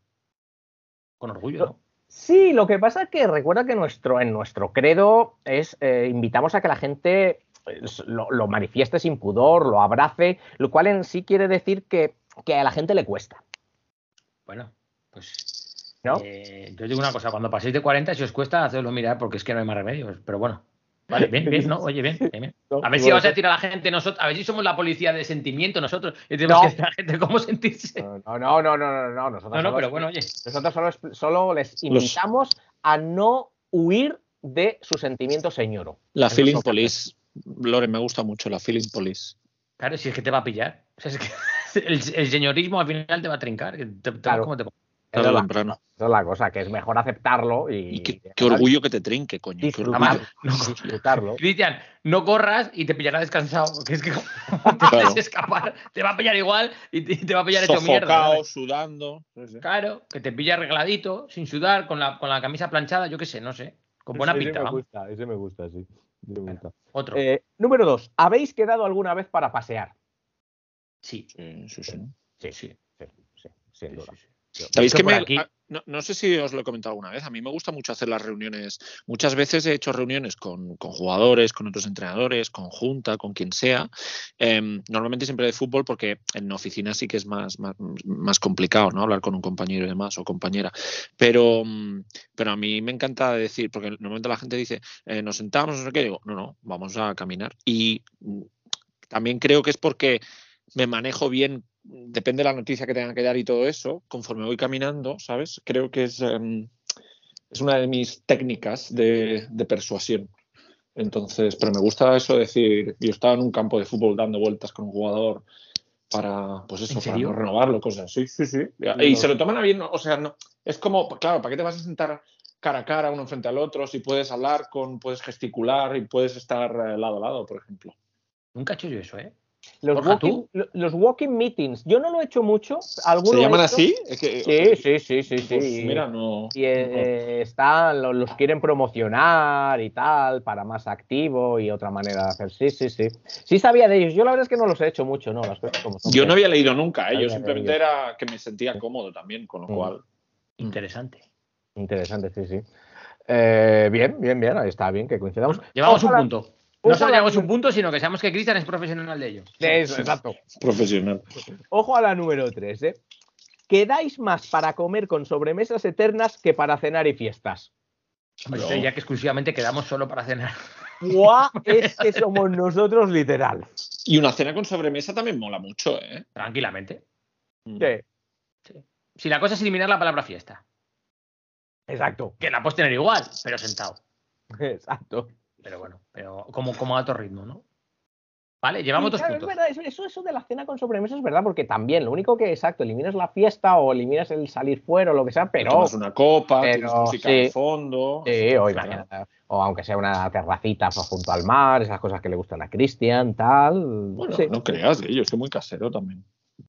con orgullo, ¿no? Sí, lo que pasa es que recuerda que nuestro, en nuestro credo es eh, invitamos a que la gente eh, lo, lo manifieste sin pudor, lo abrace, lo cual en sí quiere decir que, que a la gente le cuesta. Bueno, pues... ¿No? Eh, yo digo una cosa, cuando paséis de cuarenta, si os cuesta, hacedlo mirar porque es que no hay más remedio. Pero bueno, vale, bien, bien, ¿no? Oye, bien, bien, bien. A ver si Bueno, vas a decir a la gente, nosotros, a ver si somos la policía de sentimiento nosotros y tenemos No. que decir a la gente cómo sentirse. No, no, no, no, no, no, no, nosotros No, no, solo- pero bueno, oye. Nosotros solo, solo les invitamos a no huir de su sentimiento señoro. La Eso feeling es lo que police. Loren, me gusta mucho la feeling police. Claro, si es que te va a pillar. O sea, es que el, el señorismo al final te va a trincar. que te- te- Claro. ¿cómo te- Esa Tarde es o la- temprano. esa es la cosa, que es mejor aceptarlo y, Y qué, qué orgullo que te trinque, coño. Qué orgullo. disfrutar, Además, no- disfrutarlo. Cristian, no corras y te pillará descansado. Que es que como te Claro. dejes escapar, te va a pillar igual y te, y te va a pillar hecho mierda. Sofocado, ¿sabes? sudando. Sí, sí. Claro, que te pilla arregladito, sin sudar, con la, con la camisa planchada, yo qué sé, no sé. Con buena Ese pinta. me vamos. gusta, ese me gusta, sí. Ese me gusta. Otro. Eh, número dos, ¿habéis quedado alguna vez para pasear? Sí. Sí, sí, sí. Sí, Sí. sí, sí, sin duda. ¿Sabéis Esto que por me, aquí- ah, no, no sé si os lo he comentado alguna vez, a mí me gusta mucho hacer las reuniones. Muchas veces he hecho reuniones con, con jugadores, con otros entrenadores, con junta, con quien sea. Eh, normalmente siempre de fútbol porque en oficina sí que es más, más, más complicado, ¿no? Hablar con un compañero y demás o compañera. Pero, mm, pero a mí me encanta decir, porque normalmente la gente dice, eh, nos sentamos, no sé qué, digo, no, no, vamos a caminar. Y mm, también creo que es porque me manejo bien, depende de la noticia que tenga que dar y todo eso, conforme voy caminando, ¿sabes? Creo que es, um, es una de mis técnicas de, de persuasión. Entonces, pero me gusta eso de decir, yo estaba en un campo de fútbol dando vueltas con un jugador para, pues eso, ¿En para serio? no renovarlo, cosas así, sí, sí. Y se lo toman a bien, o sea, no, es como, claro, ¿para qué te vas a sentar cara a cara uno frente al otro si puedes hablar, con, puedes gesticular y puedes estar eh, lado a lado, por ejemplo? Nunca he hecho yo eso, ¿eh? Los, Borja, walking, ¿tú? lo- los walking meetings, yo no lo he hecho mucho. ¿Alguno ¿Se lo ha llaman hecho? así? Es que, Sí, sí, sí, sí, sí. pues mira, no. Y eh, están, lo- los quieren promocionar y tal, para más activo y otra manera de hacer. Sí, sí, sí. Sí sabía de ellos. Yo la verdad es que no los he hecho mucho, ¿no? Las cosas como son. Yo no había leído nunca, ¿eh? Había Yo simplemente leído. era que me sentía cómodo también, con lo Mm. cual. Interesante. Interesante, sí, sí. Eh, bien, bien, bien, ahí está bien que coincidamos. Llevamos Ojalá, un punto. No solo ojalá, llevamos un punto, sino que sabemos que Cristian es profesional de ello. de eso, exacto. Profesional. Ojo a la número tres, ¿eh? Quedáis más para comer con sobremesas eternas que para cenar y fiestas. Hombre, yo ya que exclusivamente quedamos solo para cenar. ¡Guau! Es que somos nosotros literal. Y una cena con sobremesa también mola mucho, ¿eh? Tranquilamente. Sí. Sí. Si la cosa es eliminar la palabra fiesta. Exacto. Que la puedes tener igual, pero sentado. Exacto. Pero bueno, pero como, como a alto ritmo, ¿no? Vale, llevamos Sí, dos claro, puntos. es verdad, eso, eso, eso de la cena con sobremesa es verdad, porque también lo único que, exacto, eliminas la fiesta o eliminas el salir fuera o lo que sea, pero... Tomas una copa, pero, tienes música sí. de fondo. Sí, o, Claro. o aunque sea una terracita pues, junto al mar, esas cosas que le gustan a Cristian, tal. Bueno, sí. no creas, ¿eh? Yo soy muy casero también.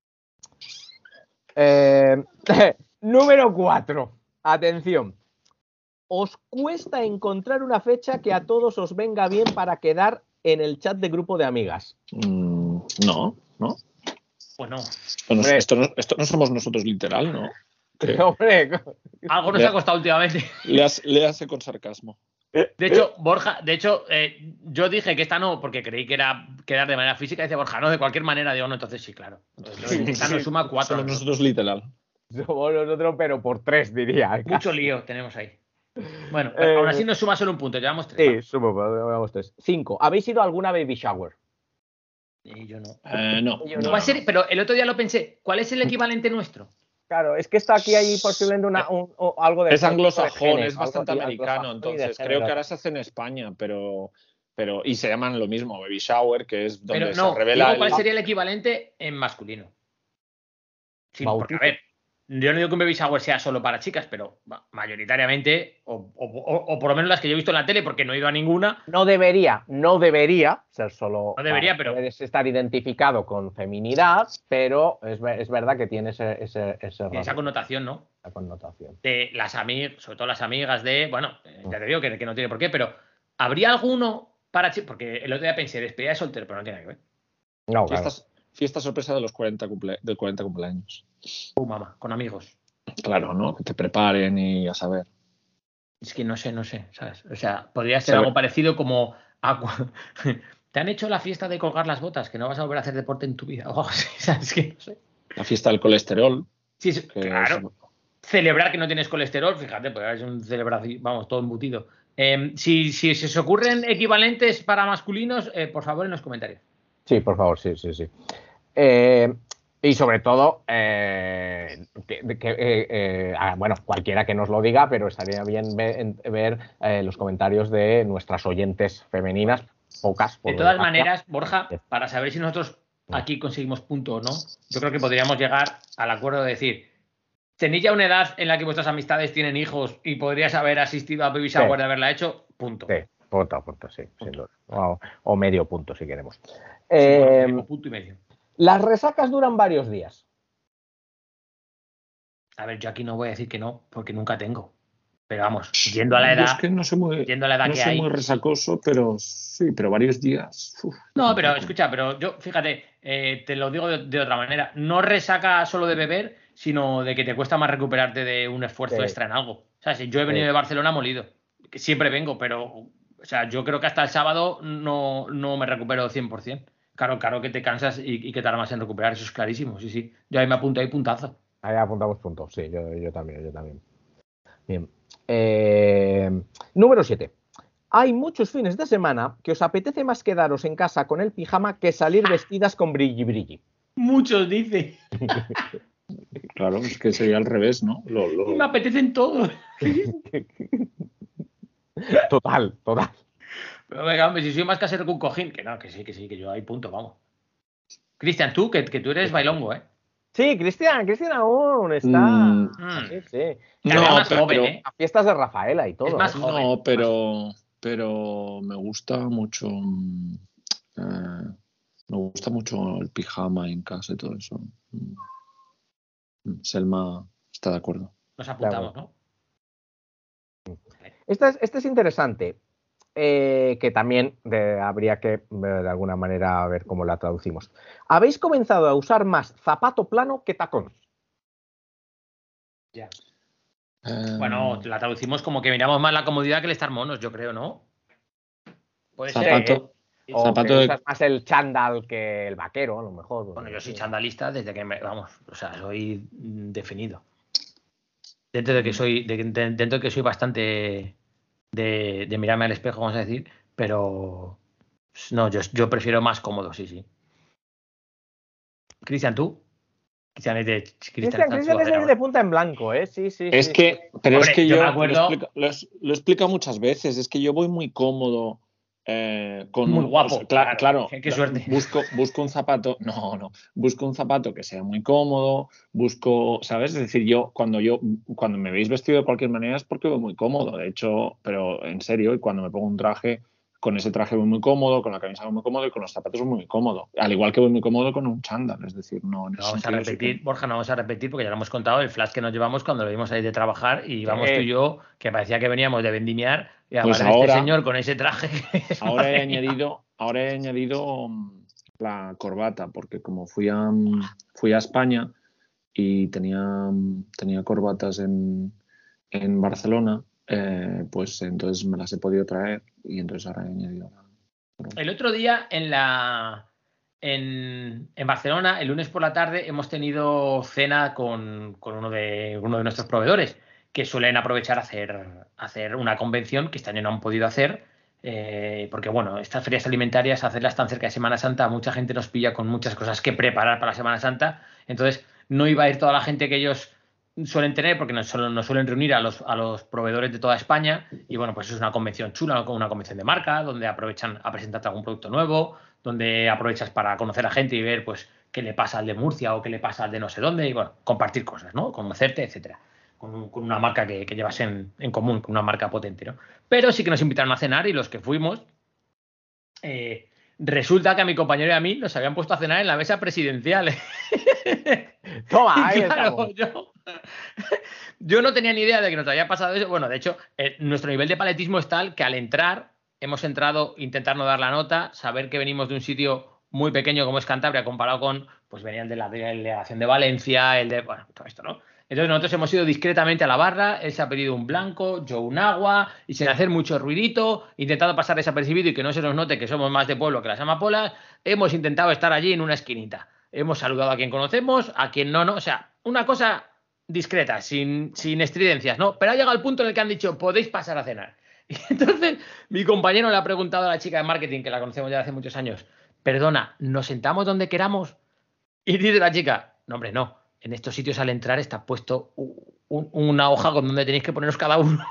Eh, número cuatro. Atención. ¿Os cuesta encontrar una fecha que a todos os venga bien para quedar en el chat de grupo de amigas? Mm, no, no. Pues no. Esto no, esto, no, esto no somos nosotros literal, ¿no? Que Hombre, algo nos le, ha costado últimamente. Le hace con sarcasmo. De hecho, Borja, de hecho, eh, yo dije que esta no, porque creí que era quedar de manera física, y dice Borja, no, de cualquier manera, digo, no, entonces sí, claro. Entonces, esta nos suma cuatro. Somos nosotros literal. Somos nosotros, pero por tres, diría. Mucho lío tenemos ahí. Bueno, Eh, aún así nos suma solo un punto, llevamos tres. Sí, sumo, llevamos tres. Cinco. ¿Habéis ido a alguna baby shower? Y yo no. Eh, no, Yo no, no. Va a ser, pero el otro día lo pensé, ¿cuál es el equivalente nuestro? Claro, es que está aquí hay posiblemente una, un, o algo de... Es anglosajón, género, es bastante algo así, americano, anglosajón y de entonces género. creo que ahora se hace en España, pero, pero y se llaman lo mismo, baby shower, que es donde Pero no, se revela digo, ¿cuál el... sería el equivalente en masculino? Sí, Bautizo. porque a ver, yo no digo que un baby shower sea solo para chicas, pero mayoritariamente, o, o, o, o por lo menos las que yo he visto en la tele, porque no he ido a ninguna. No debería, no debería ser solo... No debería, para pero... estar identificado con feminidad, pero es, es verdad que tiene ese, ese, ese Esa rasgo, connotación, ¿no? esa connotación. De las amigas, sobre todo las amigas de... Bueno, ya te digo que, que no tiene por qué, pero ¿habría alguno para chicas? Porque el otro día pensé, despedida de soltero, pero no tiene que ver. No, claro. Fiestas, fiesta sorpresa de los cuarenta, cumple, del cuarenta cumpleaños. Uh, mamá, con amigos. Claro, ¿no? Que te preparen y a saber. Es que no sé, no sé, ¿sabes? O sea, podría ser Sabe. algo parecido como... A... ¿Te han hecho la fiesta de colgar las botas? Que no vas a volver a hacer deporte en tu vida. O algo así, ¿sabes? Que no sé. La fiesta del colesterol. Sí, sí, que claro. es... Celebrar que no tienes colesterol, fíjate, pues es un celebrar, vamos, todo embutido. Eh, si, si, si se os ocurren equivalentes para masculinos, eh, por favor, en los comentarios. Sí, por favor, sí, sí, sí. Eh, y sobre todo, eh, que, que, eh, eh, bueno, cualquiera que nos lo diga, pero estaría bien ver, ver eh, los comentarios de nuestras oyentes femeninas, pocas. De todas maneras, Borja, para saber si nosotros aquí conseguimos punto o no, yo creo que podríamos llegar al acuerdo de decir, tenéis ya una edad en la que vuestras amistades tienen hijos y podrías haber asistido a Baby Shower Sí. de haberla hecho, punto. Sí, punto, punto, sí, Punto. sin duda. O, o medio punto, si queremos. Sí, Eh, bueno, punto y medio. las resacas duran varios días. A ver, yo aquí no voy a decir que no, porque nunca tengo. Pero vamos, yendo a la Yo edad, es que no soy muy, yendo a la edad no que soy hay. muy resacoso, pero sí, pero varios días. Uf, No, pero escucha, pero yo, fíjate, eh, te lo digo de, de otra manera. No resaca solo de beber, sino de que te cuesta más recuperarte de un esfuerzo Sí. extra en algo. O sea, si yo he venido Sí. de Barcelona molido, que siempre vengo, pero, o sea, yo creo que hasta el sábado no, no me recupero cien por ciento. Claro, claro que te cansas y, y que tardas más en recuperar, eso es clarísimo, sí, sí. Yo ahí me apunto ahí puntazo. Ahí apuntamos puntos, sí, yo, yo también, yo también. Bien. Eh, número siete. Hay muchos fines de semana que os apetece más quedaros en casa con el pijama que salir vestidas con brilli brilli. Muchos dicen. Claro, es que sería al revés, ¿no? Lo, lo... Y me apetecen todos. Total, total. Pero venga, hombre, si soy más casero que un cojín, que no, que sí, que sí, que yo ahí punto, vamos. Cristian, tú, que, que tú eres bailongo, ¿eh? Sí, Cristian, Cristian aún está. Mm. Sí, sí. Que No, es más pero- joven, pero- ¿eh? A fiestas de Rafaela y todo. Es más ¿eh? joven. No, pero, pero me gusta mucho. mm, eh, me gusta mucho el pijama en casa y todo eso. Mm. Mm, Selma está de acuerdo. Nos apuntamos, ¿no? Esta es, este es interesante, eh, que también de- habría que eh, de alguna manera ver cómo la traducimos. ¿Habéis comenzado a usar más zapato plano que tacón? Ya. Eh, Bueno, la traducimos como que miramos más la comodidad que el estar monos, yo creo, ¿no? Puede ser. zapato. O Zapato que de- usas más el chándal que el vaquero, a lo mejor. Bueno, yo soy chandalista desde que me, vamos, o sea, soy mm, definido. Dentro de que soy, de- de- dentro de que soy bastante de, de mirarme al espejo, vamos a decir, pero no, yo, yo prefiero más cómodo, sí, sí. Cristian, ¿tú? Cristian es de Cristian Cristian, está en Cristian es sudadera de, hoy. de punta en blanco, ¿eh? Sí, sí. Es sí, que, sí. pero Hombre, es que yo yo, me acuerdo- lo, explico, lo, es- lo he explicado muchas veces, es que yo voy muy cómodo eh, con Muy un- guapo, o sea, cla- claro, claro, qué- qué suerte. Busco, busco un zapato, no, no, busco un zapato que sea muy cómodo, busco, ¿sabes? Es decir, yo cuando yo cuando me veis vestido de cualquier manera es porque voy muy cómodo, de hecho, pero en serio, y cuando me pongo un traje, con ese traje voy muy cómodo, con la camisa voy muy cómodo y con los zapatos voy muy cómodo. Al igual que voy muy cómodo con un chándal, es decir, no en No ese vamos a sentido sí repetir, que- Borja, no vamos a repetir porque ya lo hemos contado, el flash que nos llevamos cuando lo vimos ahí de trabajar y íbamos Sí. tú y yo, que parecía que veníamos de vendimiar y Pues aparece ahora- este señor con ese traje. que es Ahora he madre mía. añadido, ahora he añadido mm, la corbata, porque como fui a, mm, fui a España y tenía, mm, tenía corbatas en, en Barcelona, eh, pues entonces me las he podido traer y entonces ahora he añadido la corbata. El otro día en la en, en Barcelona, el lunes por la tarde, hemos tenido cena con, con uno, de, uno de nuestros proveedores que suelen aprovechar a hacer, hacer una convención que este año no han podido hacer. Eh, porque bueno, estas ferias alimentarias, hacerlas tan cerca de Semana Santa, mucha gente nos pilla con muchas cosas que preparar para la Semana Santa. Entonces, no iba a ir toda la gente que ellos suelen tener, porque nos, suelen- nos suelen reunir a los, a los proveedores de toda España. Y bueno, pues es una convención chula, una convención de marca, donde aprovechan a presentarte algún producto nuevo, donde aprovechas para conocer a gente y ver pues qué le pasa al de Murcia o qué le pasa al de no sé dónde, y bueno, compartir cosas, ¿no? Conocerte, etcétera. Con, un- con una marca que, que llevas en, en común, con una marca potente, ¿no? Pero sí que nos invitaron a cenar y los que fuimos, eh, resulta que a mi compañero y a mí nos habían puesto a cenar en la mesa presidencial. Toma, ahí Y claro, estamos. yo, yo no tenía ni idea de que nos había pasado eso. Bueno, de hecho, eh, nuestro nivel de paletismo es tal que al entrar hemos entrado, intentar no dar la nota, saber que venimos de un sitio muy pequeño como es Cantabria, comparado con, pues venían de la delegación de Valencia, el de, bueno, todo esto, ¿no? Entonces nosotros hemos ido discretamente a la barra, él se ha pedido un blanco, yo un agua, y sin hacer mucho ruidito, intentando pasar desapercibido y que no se nos note que somos más de pueblo que las amapolas, hemos intentado estar allí en una esquinita. Hemos saludado a quien conocemos, a quien no, no, o sea, una cosa discreta, sin, sin estridencias, ¿no? Pero ha llegado el punto en el que han dicho, podéis pasar a cenar. Y entonces mi compañero le ha preguntado a la chica de marketing, que la conocemos ya hace muchos años, perdona, ¿nos sentamos donde queramos? Y dice la chica, no, hombre, no. En estos sitios al entrar está puesto un, un, una hoja con donde tenéis que poneros cada uno.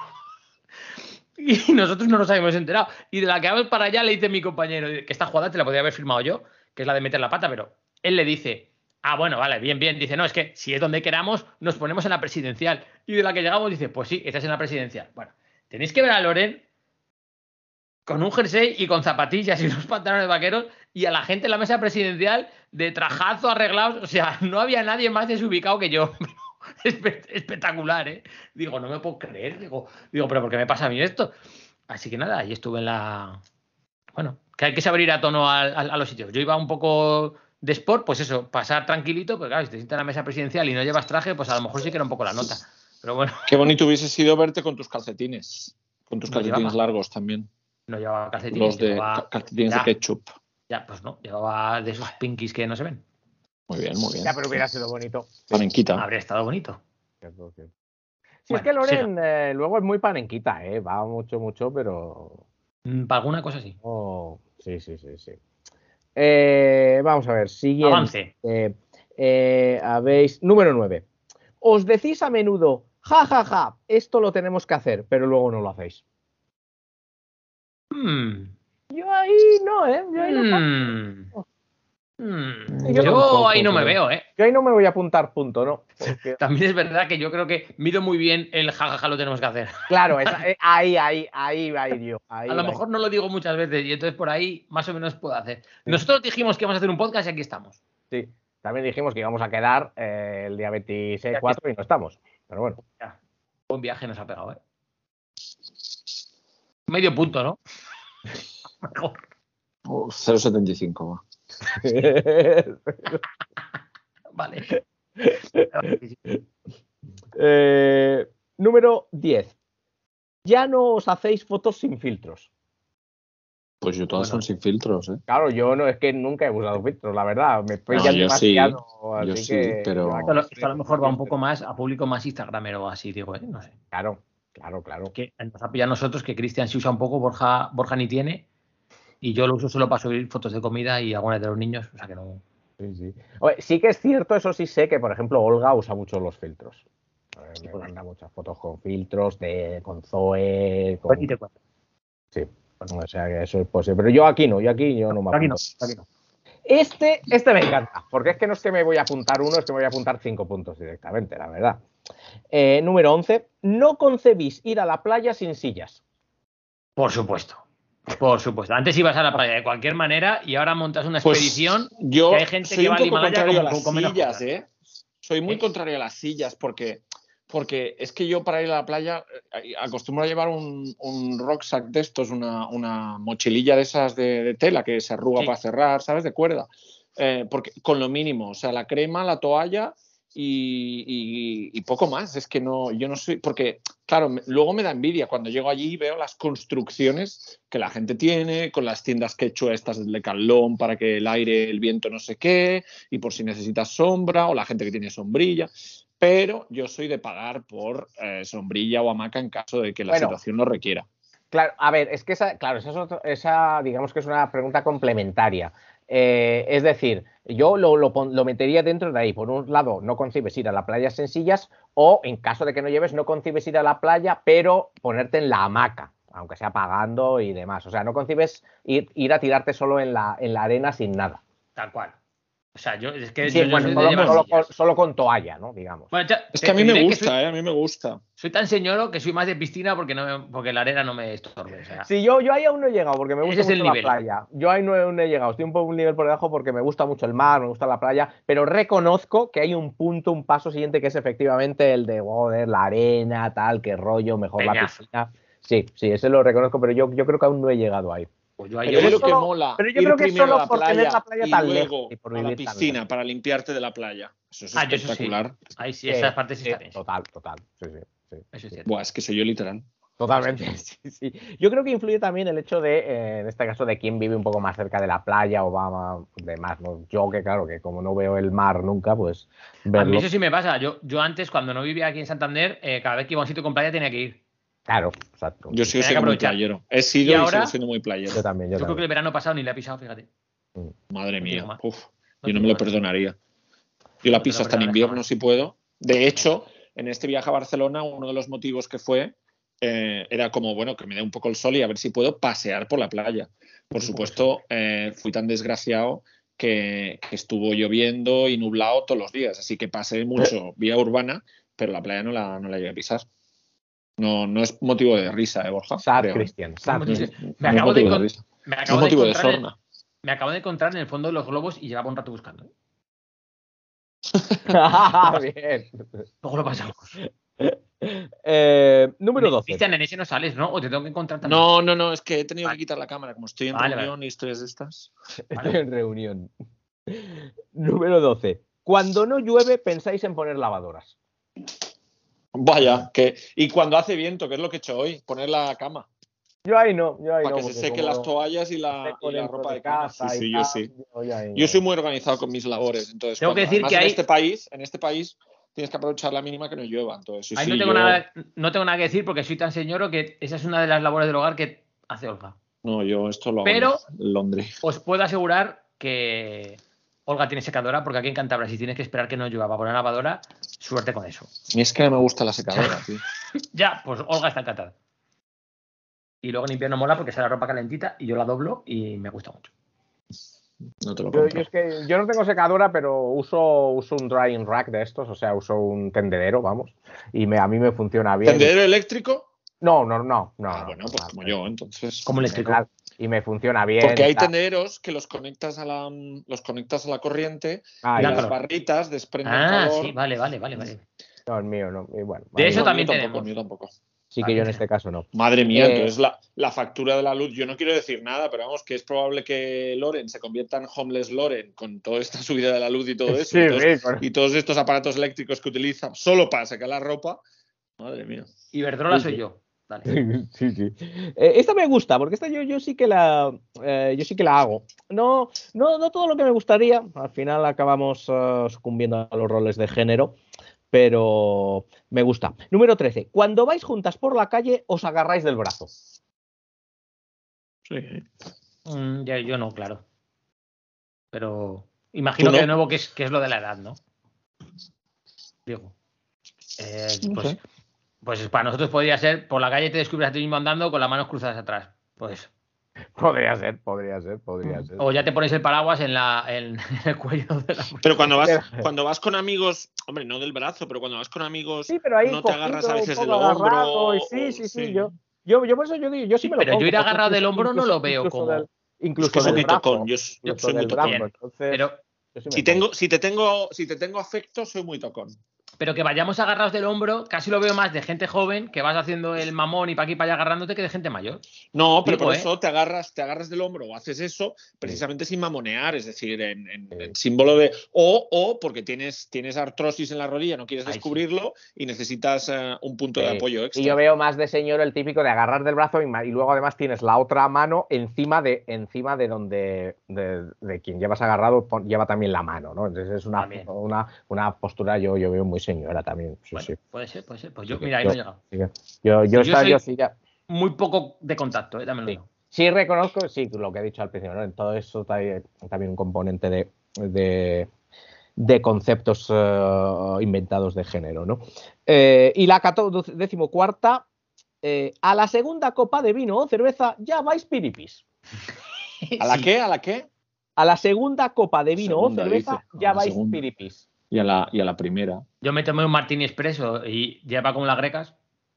Y nosotros no nos habíamos enterado. Y de la que vamos para allá le dice mi compañero, que esta jugada te la podría haber firmado yo, que es la de meter la pata, pero él le dice, ah, bueno, vale, bien, bien. Dice, no, es que si es donde queramos, nos ponemos en la presidencial. Y de la que llegamos dice, pues sí, estás en la presidencial. Bueno, tenéis que ver a Loren con un jersey y con zapatillas y unos pantalones vaqueros y a la gente en la mesa presidencial de trajazo arreglados. O sea, no había nadie más desubicado que yo. Espe- espectacular, ¿eh? Digo, no me puedo creer. Digo, digo, pero ¿por qué me pasa a mí esto? Así que nada, ahí estuve en la... Bueno, que hay que saber ir a tono a, a, a los sitios. Yo iba un poco de sport, pues eso, pasar tranquilito, pero claro, si te sientas en la mesa presidencial y no llevas traje, pues a lo mejor sí que era un poco la nota. Pero bueno. Qué bonito hubiese sido verte con tus calcetines. Con tus No calcetines llevaba. largos también. No llevaba calcetines. Los de llevaba... calcetines ya, de ketchup. Ya, pues no, llevaba de esos pinkies que no se ven. Muy bien, muy bien. Ya, pero hubiera sido bonito. Panenquita. Habría estado bonito. Sí, Bueno, es que Loren eh, luego es muy panenquita, ¿eh? Va mucho, mucho, pero... Mm, Para alguna cosa sí. Oh, sí, sí, sí, sí. Eh, vamos a ver, siguiente. Avance. Eh, eh, habéis... Número nueve. Os decís a menudo, ja, ja, ja, esto lo tenemos que hacer, pero luego no lo hacéis. Hmm. Yo ahí no, ¿eh? Yo ahí no, Hmm. Hmm. Yo Yo tampoco, ahí no me pero- veo, ¿eh? yo ahí no me voy a apuntar punto, ¿no? Porque, También es verdad que yo creo que mido muy bien el jajaja lo tenemos que hacer. claro, esa- eh, ahí, ahí, ahí va a ir yo. Ahí A lo va a ir. mejor no lo digo muchas veces y entonces por ahí más o menos puedo hacer. Nosotros dijimos que íbamos a hacer un podcast y aquí estamos. Sí. También dijimos que íbamos a quedar eh, el día veintiséis Ya cuatro y no estamos. Pero bueno. Ya. Buen viaje nos ha pegado, ¿eh? Medio punto, ¿no? Mejor. Oh, cero coma setenta y cinco. Va. Vale. Eh, Número diez. Ya no os hacéis fotos sin filtros. Pues yo todas Bueno. son sin filtros, ¿eh? Claro, yo no es que nunca he usado filtros, la verdad. Me No, pillan yo sí, demasiado. yo así sí, que pero- yo aquí Esto, lo- estoy esto a lo mejor va un poco más a público más instagramero o así, digo, ¿eh? No sé. Claro, claro, claro. Que nos ha pillado a nosotros que Cristian sí usa un poco, Borja, Borja ni tiene. Y yo lo uso solo para subir fotos de comida y algunas de los niños. O sea que no. Sí, sí. Oye, sí que es cierto, eso sí sé que, por ejemplo, Olga usa mucho los filtros. A ver, me pues. manda muchas fotos con filtros, de, con Zoe, con... Pues ni te cuento. Sí, o sea que eso es posible. Pero yo aquí no, yo aquí yo no me Aquí no, apunto. aquí no. Este, este me encanta, porque es que no es que me voy a apuntar uno, es que me voy a apuntar cinco puntos directamente, la verdad. Eh, número once. No concebís ir a la playa sin sillas. Por supuesto. Por supuesto. Antes ibas a la playa de cualquier manera y ahora montas una Pues expedición. yo que hay gente soy que un va al poco Himalaya contrario con- a las con- con menos sillas, cosas. ¿eh? Soy muy ¿Eh? contrario a las sillas porque, porque es que yo para ir a la playa eh, acostumbro a llevar un, un rucksack de estos, una, una mochililla de esas de, de tela que se arruga Sí. para cerrar, ¿sabes? De cuerda. Eh, porque con lo mínimo, o sea, la crema, la toalla y, y- y poco más. Es que no, yo no soy, porque claro, me- luego me da envidia cuando llego allí y veo las construcciones que la gente tiene, con las tiendas que he hecho estas del Decathlon para que el aire, el viento no sé qué, y por si necesitas sombra, o la gente que tiene sombrilla. Pero yo soy de pagar por eh, sombrilla o hamaca en caso de que la Bueno. situación lo requiera. Claro, a ver, es que esa, claro, esa, es otro- esa digamos que es una pregunta complementaria. Eh, es decir, yo lo, lo, pon- lo metería dentro de ahí. Por un lado, no concibes ir a la playa sencillas o, en caso de que no lleves, no concibes ir a la playa, pero ponerte en la hamaca, aunque sea pagando y demás. O sea, no concibes ir, ir a tirarte solo en la, en la arena sin nada. Tal cual. O sea, yo es que Sí, yo, yo bueno, soy de solo, llevar solo con, sillas. solo con toalla, ¿no? Digamos. Bueno, ya, Es te- que a mí te me diré que gusta, soy, ¿eh? A mí me gusta. soy tan señoro que soy más de piscina porque no me- porque la arena no me estorbe. O sea, Sí, yo, yo ahí aún no he llegado porque me gusta Ese es mucho el la nivel. playa. Yo ahí no he, no he llegado. Estoy un poco un nivel por debajo porque me gusta mucho el mar, me gusta la playa, pero reconozco que hay un punto, un paso siguiente que es efectivamente el de, joder, la arena, tal, qué rollo, mejor la Peñazo. piscina. Sí, sí, ese lo reconozco, pero yo, yo creo que aún no he llegado ahí. pues yo ahí Pero llevo es lo eso que solo- mola, pero yo ir creo que primero solo a la por tener playa la playa y tan luego lejos y por a la vivir tan piscina lejos. para limpiarte de la playa. Eso es Ah, yo eso sí. espectacular. Ahí sí, Sí, esas partes sí sí, están bien. total, total. Sí, sí, sí. Eso es cierto. Buah, es que soy yo literal. Totalmente, sí, sí. Yo creo que influye también el hecho de, eh, en este caso, de quién vive un poco más cerca de la playa o va más, de más, ¿no? Yo que claro, que como no veo el mar nunca, pues A mí verlo. eso sí me pasa. Yo, yo antes, cuando no vivía aquí en Santander, eh, cada vez que iba a un sitio con playa tenía que ir. Claro, exacto. Yo sigo Tenía que siendo muy aprovechar. playero. He sido Y y, ahora- sigo siendo muy playero. Yo también, yo, Yo creo que también. el verano pasado ni le he pisado, fíjate. Madre No mía. digo más. Uf, No yo no digo me lo más. perdonaría. Yo la No te piso lo hasta en perdonaré invierno jamás. si puedo. De hecho, en este viaje a Barcelona, uno de los motivos que fue eh, era como, bueno, que me dé un poco el sol y a ver si puedo pasear por la playa. Por supuesto, eh, fui tan desgraciado que, que estuvo lloviendo y nublado todos los días. Así que pasé mucho vía urbana, pero la playa no la, no la llegué a pisar. No, no es motivo de risa, ¿eh, Borja? Sad, Creo, ¿eh? Cristian, No, sad. no, No, sí. no Me es acabo de motivo de encon- risa. Me No es acabo de motivo de encontrar en- sorna. Me acabo de encontrar en el fondo de los globos y llevaba un rato buscando. ¿eh? Bien. Luego lo pasamos. Eh, número doce. Cristian, en ese no sales, ¿no? O te tengo que encontrar también. No, no, no, es que he tenido Vale. que quitar la cámara. Como estoy en Vale, reunión y historias de estas. Estoy en reunión. Número doce. Cuando no llueve, pensáis en poner lavadoras. Vaya, que y cuando hace viento, que es lo que he hecho hoy, poner la cama. Yo ahí no, yo ahí Para no. que se porque sequen como las toallas y la, seco y la dentro ropa de de cama. casa Sí, y sí, yo tal, sí. yo ahí Yo no. soy muy organizado con mis labores. Entonces, Tengo que cuando- decir además que en hay- este país, en este país, tienes que aprovechar la mínima que no llueva. Entonces, sí, Ahí sí, no, tengo yo- nada, no tengo nada que decir porque soy tan señoro que esa es una de las labores del hogar que hace Olga. No, yo esto lo hago Pero- en Londres. Os puedo asegurar que Olga tiene secadora porque aquí en Cantabria, si tienes que esperar que no llueva para poner lavadora, suerte con eso. Y es que no me gusta la secadora, tío. Ya, pues Olga está encantada. Y luego en invierno mola porque sale la ropa calentita y yo la doblo y me gusta mucho. No te lo Yo, compro. yo es que yo no tengo secadora, pero uso, uso un drying rack de estos, o sea, uso un tendedero, vamos, y me, a mí me funciona bien. ¿Tendedero eléctrico? No, no, no, no. Ah, no, bueno, no, pues no, como no. yo, entonces. Como eléctrico. Y me funciona bien. Porque hay tal. tenderos que los conectas a la, los conectas a la corriente Ah, y ya, las claro. barritas desprenden Ah, calor. sí, vale, vale, vale, vale. No, el mío no. Y bueno, De ahí eso No, no. el mío también tampoco, tenemos. el mío tampoco. Sí que yo en este caso no. Madre mía, Eh, entonces la, la factura de la luz, yo no quiero decir nada, pero vamos, que es probable que Loren se convierta en homeless Loren con toda esta subida de la luz y todo eso, Sí, y, todos, sí, con- y todos estos aparatos eléctricos que utiliza solo para sacar la ropa. Madre mía. Iberdrola Sí, soy sí. yo. Dale. Sí, sí. Eh, esta me gusta, porque esta yo, yo sí que la eh, yo sí que la hago. No, no, no todo lo que me gustaría. Al final acabamos eh, sucumbiendo a los roles de género, pero me gusta. Número trece. Cuando vais juntas por la calle, os agarráis del brazo. Sí. Mm, ya, yo no, claro. Pero imagino ¿Tú que no? de nuevo que es, que es lo de la edad, ¿no? Digo. Eh, No pues, sé. pues para nosotros podría ser, por la calle te descubres a ti mismo andando con las manos cruzadas atrás. Pues. Podría ser, podría ser, podría ser. O ya te pones el paraguas en, la, en el cuello de la Pero cuando vas, cuando vas con amigos, hombre, no del brazo, pero cuando vas con amigos, Sí, pero ahí no te cogido, agarras a un veces poco del hombro. agarrado, y o- sí, sí, sí, sí. yo, yo, yo por eso yo digo, yo sí, Sí, me lo pero yo pongo, ir porque agarrado del incluso- hombro no incluso- lo veo incluso como- del- incluso Es que soy del muy brazo, tocón, yo, yo incluso soy muy del brazo, tocón. Bien, entonces, pero yo sí me Si pongo. tengo, si te tengo, si te tengo afecto, soy muy tocón. Pero que vayamos agarrados del hombro, casi lo veo más de gente joven que vas haciendo el mamón y para aquí para allá agarrándote que de gente mayor. No, pero Digo, por ¿eh? eso te agarras, te agarras del hombro o haces eso precisamente sin mamonear, es decir, en, en- en símbolo de. O, o porque tienes, tienes artrosis en la rodilla, no quieres Ay, sí. descubrirlo y necesitas eh, un punto de Sí. apoyo extra. Y yo veo más de señor el típico de agarrar del brazo y, ma- y luego además tienes la otra mano encima de encima de donde de, de quien llevas agarrado pon- lleva también la mano, ¿no? Entonces es una, También. una, una postura yo, yo veo muy señora también. Sí, Bueno, sí. puede ser, puede ser. Pues yo, Sí, mira, ahí yo- no he llegado. sí que- Yo, yo, Y yo está- soy- yo sí ya. Muy poco de contacto, ¿eh? También lo Sí. digo. Sí, reconozco, sí, lo que he dicho al principio, ¿no? En todo eso hay también un componente de, de, de conceptos eh, inventados de género, ¿no? Eh, y la catorce, decimocuarta, eh, a la segunda copa de vino o cerveza ya vais piripis. ¿A la Sí. qué? ¿A la qué? A la segunda copa de vino Segunda, o cerveza dice. ya A la vais segunda. piripis. Y a la, y a la primera. Yo me tomé un martini expreso y lleva como las grecas.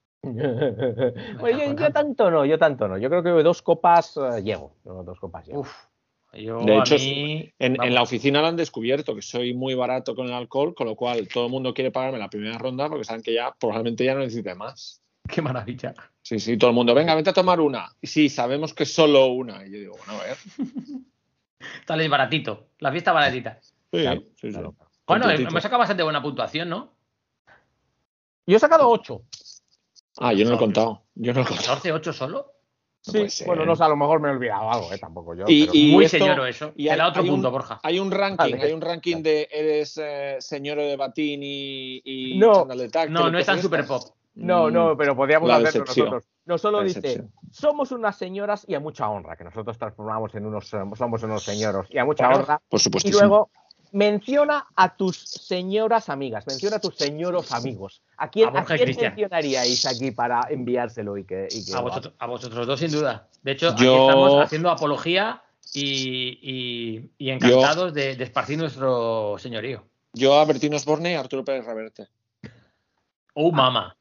Pues yo, yo tanto no, yo tanto no. Yo creo que dos copas eh, llego. Yo dos copas llego. Uf. Yo De a hecho, mí. En, vamos, en la oficina lo han descubierto, que soy muy barato con el alcohol, con lo cual todo el mundo quiere pagarme la primera ronda porque saben que ya probablemente ya no necesite más. Qué maravilla. Sí, sí, todo el mundo, venga, vete a tomar una. Y sí, sabemos que es solo una. Y yo digo, bueno, a ver. Tal es baratito. La fiesta baratita. Sí, Claro, sí, sí. claro. Bueno, Contentito. hemos sacado bastante buena puntuación, ¿no? Yo he sacado ocho. Ah, yo no lo he contado. Yo no lo he contado. ¿catorce, ocho solo? No Sí, puede ser. bueno, no sé, a lo mejor me he olvidado algo, eh, tampoco yo. Y- pero- y- Muy esto- señor eso. y Te hay- da otro hay punto, un- Borja. Hay un ranking, Vale. hay un ranking de eres eh, señor de batín y, y No. chándal de táctil No, y no es tan cosas super estas. pop. No, no, pero podríamos La hacerlo decepción. nosotros. No solo La dice, decepción. somos unas señoras y a mucha honra, que nosotros transformamos en unos, eh, somos unos señoros y a mucha Claro, honra. Por Y supuesto. luego menciona a tus señoras amigas, menciona a tus señoros amigos. ¿A quién, A Borja a y quién Cristian. mencionaríais aquí para enviárselo y que, y que A vosotros, a vosotros dos, sin duda. De hecho, aquí Yo- estamos haciendo apología y, y- y encantados de, de esparcir nuestro señorío. Yo a Bertín Osborne y a Arturo Pérez Reverte. Oh, mama.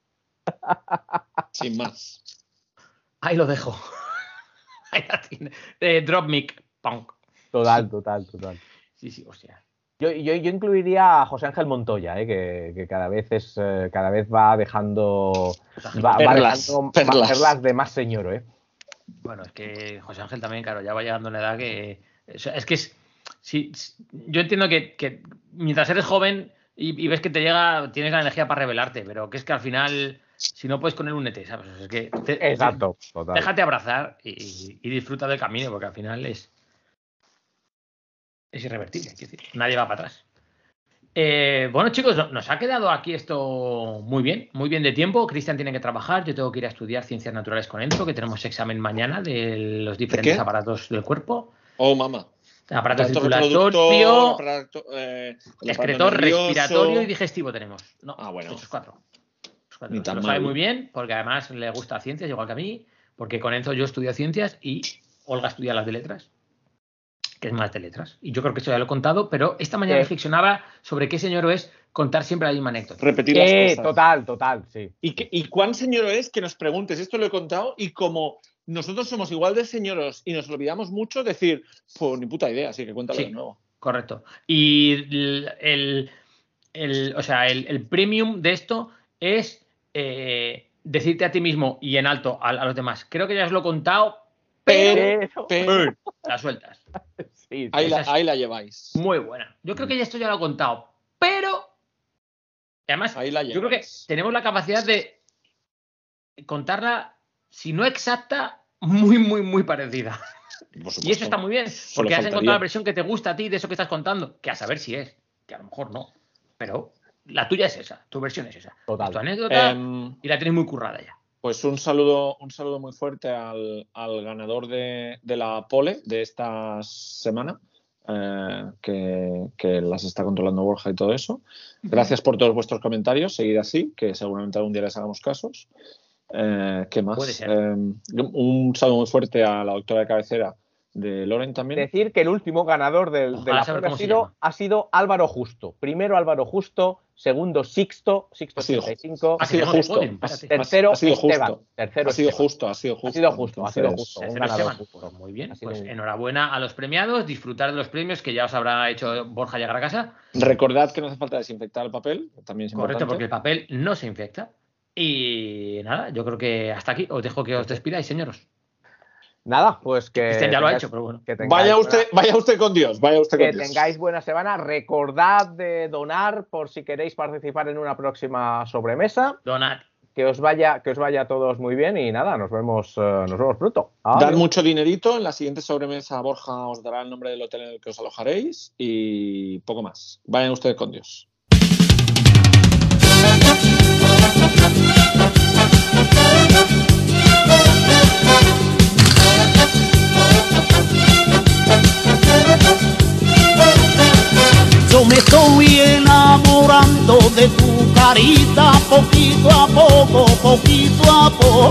Sin más. Ahí lo dejo. Ahí la tiene. Eh, drop mic. Punk. Total, total, total. Sí, sí, hostia. Yo, yo, yo incluiría a José Ángel Montoya, eh, que, que cada vez es eh, cada vez va dejando va, va Perlas, dejando perlas. perlas de más señor, eh. Bueno, es que José Ángel también, claro, ya va llegando a una edad que. O sea, es que es. Sí, sí, yo entiendo que, que mientras eres joven y, y ves que te llega, tienes la energía para rebelarte, pero que es que al final, si no puedes con él, únete, ¿sabes? Es que te- Exacto, total. déjate abrazar y, y disfruta del camino, porque al final es. Es irrevertible, quiero decir, nadie va para atrás. Eh, bueno, chicos, no- nos ha quedado aquí esto muy bien, muy bien de tiempo. Cristian tiene que trabajar, yo tengo que ir a estudiar ciencias naturales con Enzo, que tenemos examen mañana de los diferentes qué? aparatos del cuerpo. Oh, mamá. Aparato Aparato circulatorio, reproductor, aparato, eh, el aparato excretor, nervioso. respiratorio y digestivo tenemos. No, Ah, bueno. esos cuatro. Esos cuatro. Ni tan Lo sabe mal. muy bien, porque además le gusta ciencias, igual que a mí, porque con Enzo yo estudio ciencias y Olga estudia las de letras, que es más de letras. Y yo creo que esto ya lo he contado, pero esta mañana Eh. reflexionaba sobre qué señor es contar siempre la misma anécdota. Repetir las Eh, cosas. total, total, sí. ¿Y, qué- ¿Y cuán señor es que nos preguntes? Esto lo he contado y como nosotros somos igual de señoros y nos olvidamos mucho, decir, pues ni puta idea, así que cuéntalo Sí. de nuevo. Correcto. Y el, el, el- o sea, el, el premium de esto es eh, decirte a ti mismo y en alto a, a los demás. Creo que ya os lo he contado, pero Pero, pero la sueltas. Sí, ahí, esa la, es- ahí la lleváis. Muy buena. Yo creo que ya esto ya lo he contado, pero y además Ahí la yo creo que lleváis. tenemos la capacidad de contarla, si no exacta, muy, muy, muy parecida. Y eso está muy bien, porque has encontrado la versión que te gusta a ti de eso que estás contando, que a saber si es, que a lo mejor no, pero la tuya es esa, tu versión es esa. Total. Es tu anécdota eh, y la tienes muy currada ya. Pues un saludo, un saludo muy fuerte al, al ganador de, de la pole de esta semana, eh, que, que las está controlando Borja y todo eso. Gracias por todos vuestros comentarios, seguid así, que seguramente algún día les hagamos casos. Eh, ¿Qué más? Puede ser. Eh, un saludo muy fuerte a la doctora de cabecera de Loren también. Decir que el último ganador del, de la pole ha sido, ha sido Álvaro Justo. Primero Álvaro Justo, segundo Sixto, Sixto ochenta y cinco. Ha sido justo. Tercero ha sido Esteban. Justo. Tercero ha sido Esteban. justo, ha sido justo. Ha sido justo, ha sido Entonces, justo. Un Tercero ganador Esteban. justo. Pues muy bien, Ha sido pues un- enhorabuena a los premiados, disfrutar de los premios que ya os habrá hecho Borja llegar a casa. Recordad que no hace falta desinfectar el papel, también es Correcto, importante. porque el papel no se infecta. Y nada, yo creo que hasta aquí. Os dejo que os despidáis, señoros. Nada, pues que. Cristian ya lo ha tengáis- hecho, pero bueno. que tengáis Vaya buena- usted, vaya usted con Dios, vaya usted con Que Dios. tengáis buena semana. Recordad de donar por si queréis participar en una próxima sobremesa. Donad. Que os vaya, que os vaya a todos muy bien y nada, nos vemos, eh, nos vemos pronto. Dad Adiós. mucho dinerito. En la siguiente sobremesa Borja os dará el nombre del hotel en el que os alojaréis y poco más. Vayan ustedes con Dios. Yo me estoy enamorando de tu carita poquito a poco, poquito a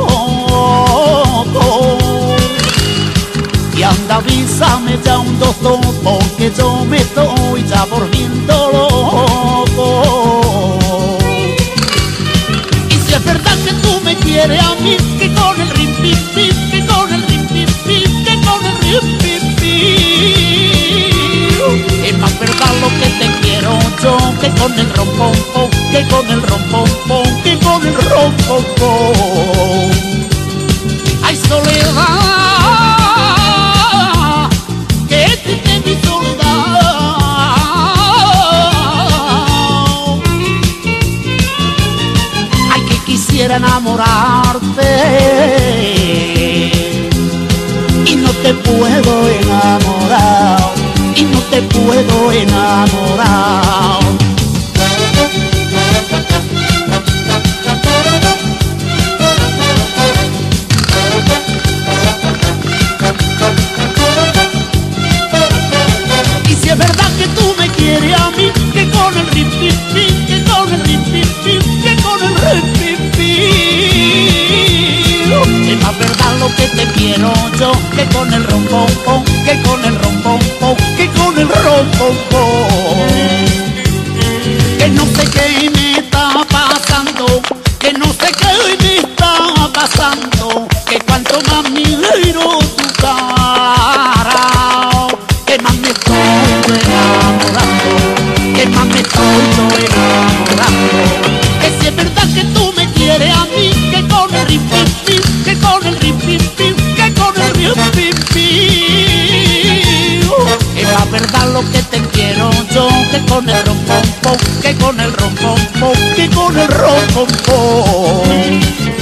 poco. Y anda, avísame ya un doctor, porque yo me estoy ya volviendo loco. Y si es verdad que tú me quieres a mí, que con el rim pim pim, que con el rim pim pim, que con el rim pim pim. Es más verdad lo que te quiero yo, que con el rompompón, que con el rompompón, que con el rompompón. Ay, soledad, que triste mi soledad. Ay, que quisiera enamorarte y no te puedo enamorar, y no te puedo enamorar. Y si es verdad que tú me quieres a mí, que con el rim pim pim, que con el rim pim pim, que con el rim pim pim. Es más verdad lo que te quiero yo, que con el rompompón, que con el rompompón, que con el rompompón. Que no sé qué me está pasando, que no sé qué me está pasando, que cuanto más miro tu cara, que más me estoy enamorando, que más me estoy yo enamorando. Que si es verdad que tú me quieres a mí, que con el rim pim pim, que con el rim pim pim, que con el rim pim pim. Es la verdad lo que te quiero yo, que con el rompompón, que con el rompompón, que con el rompompón.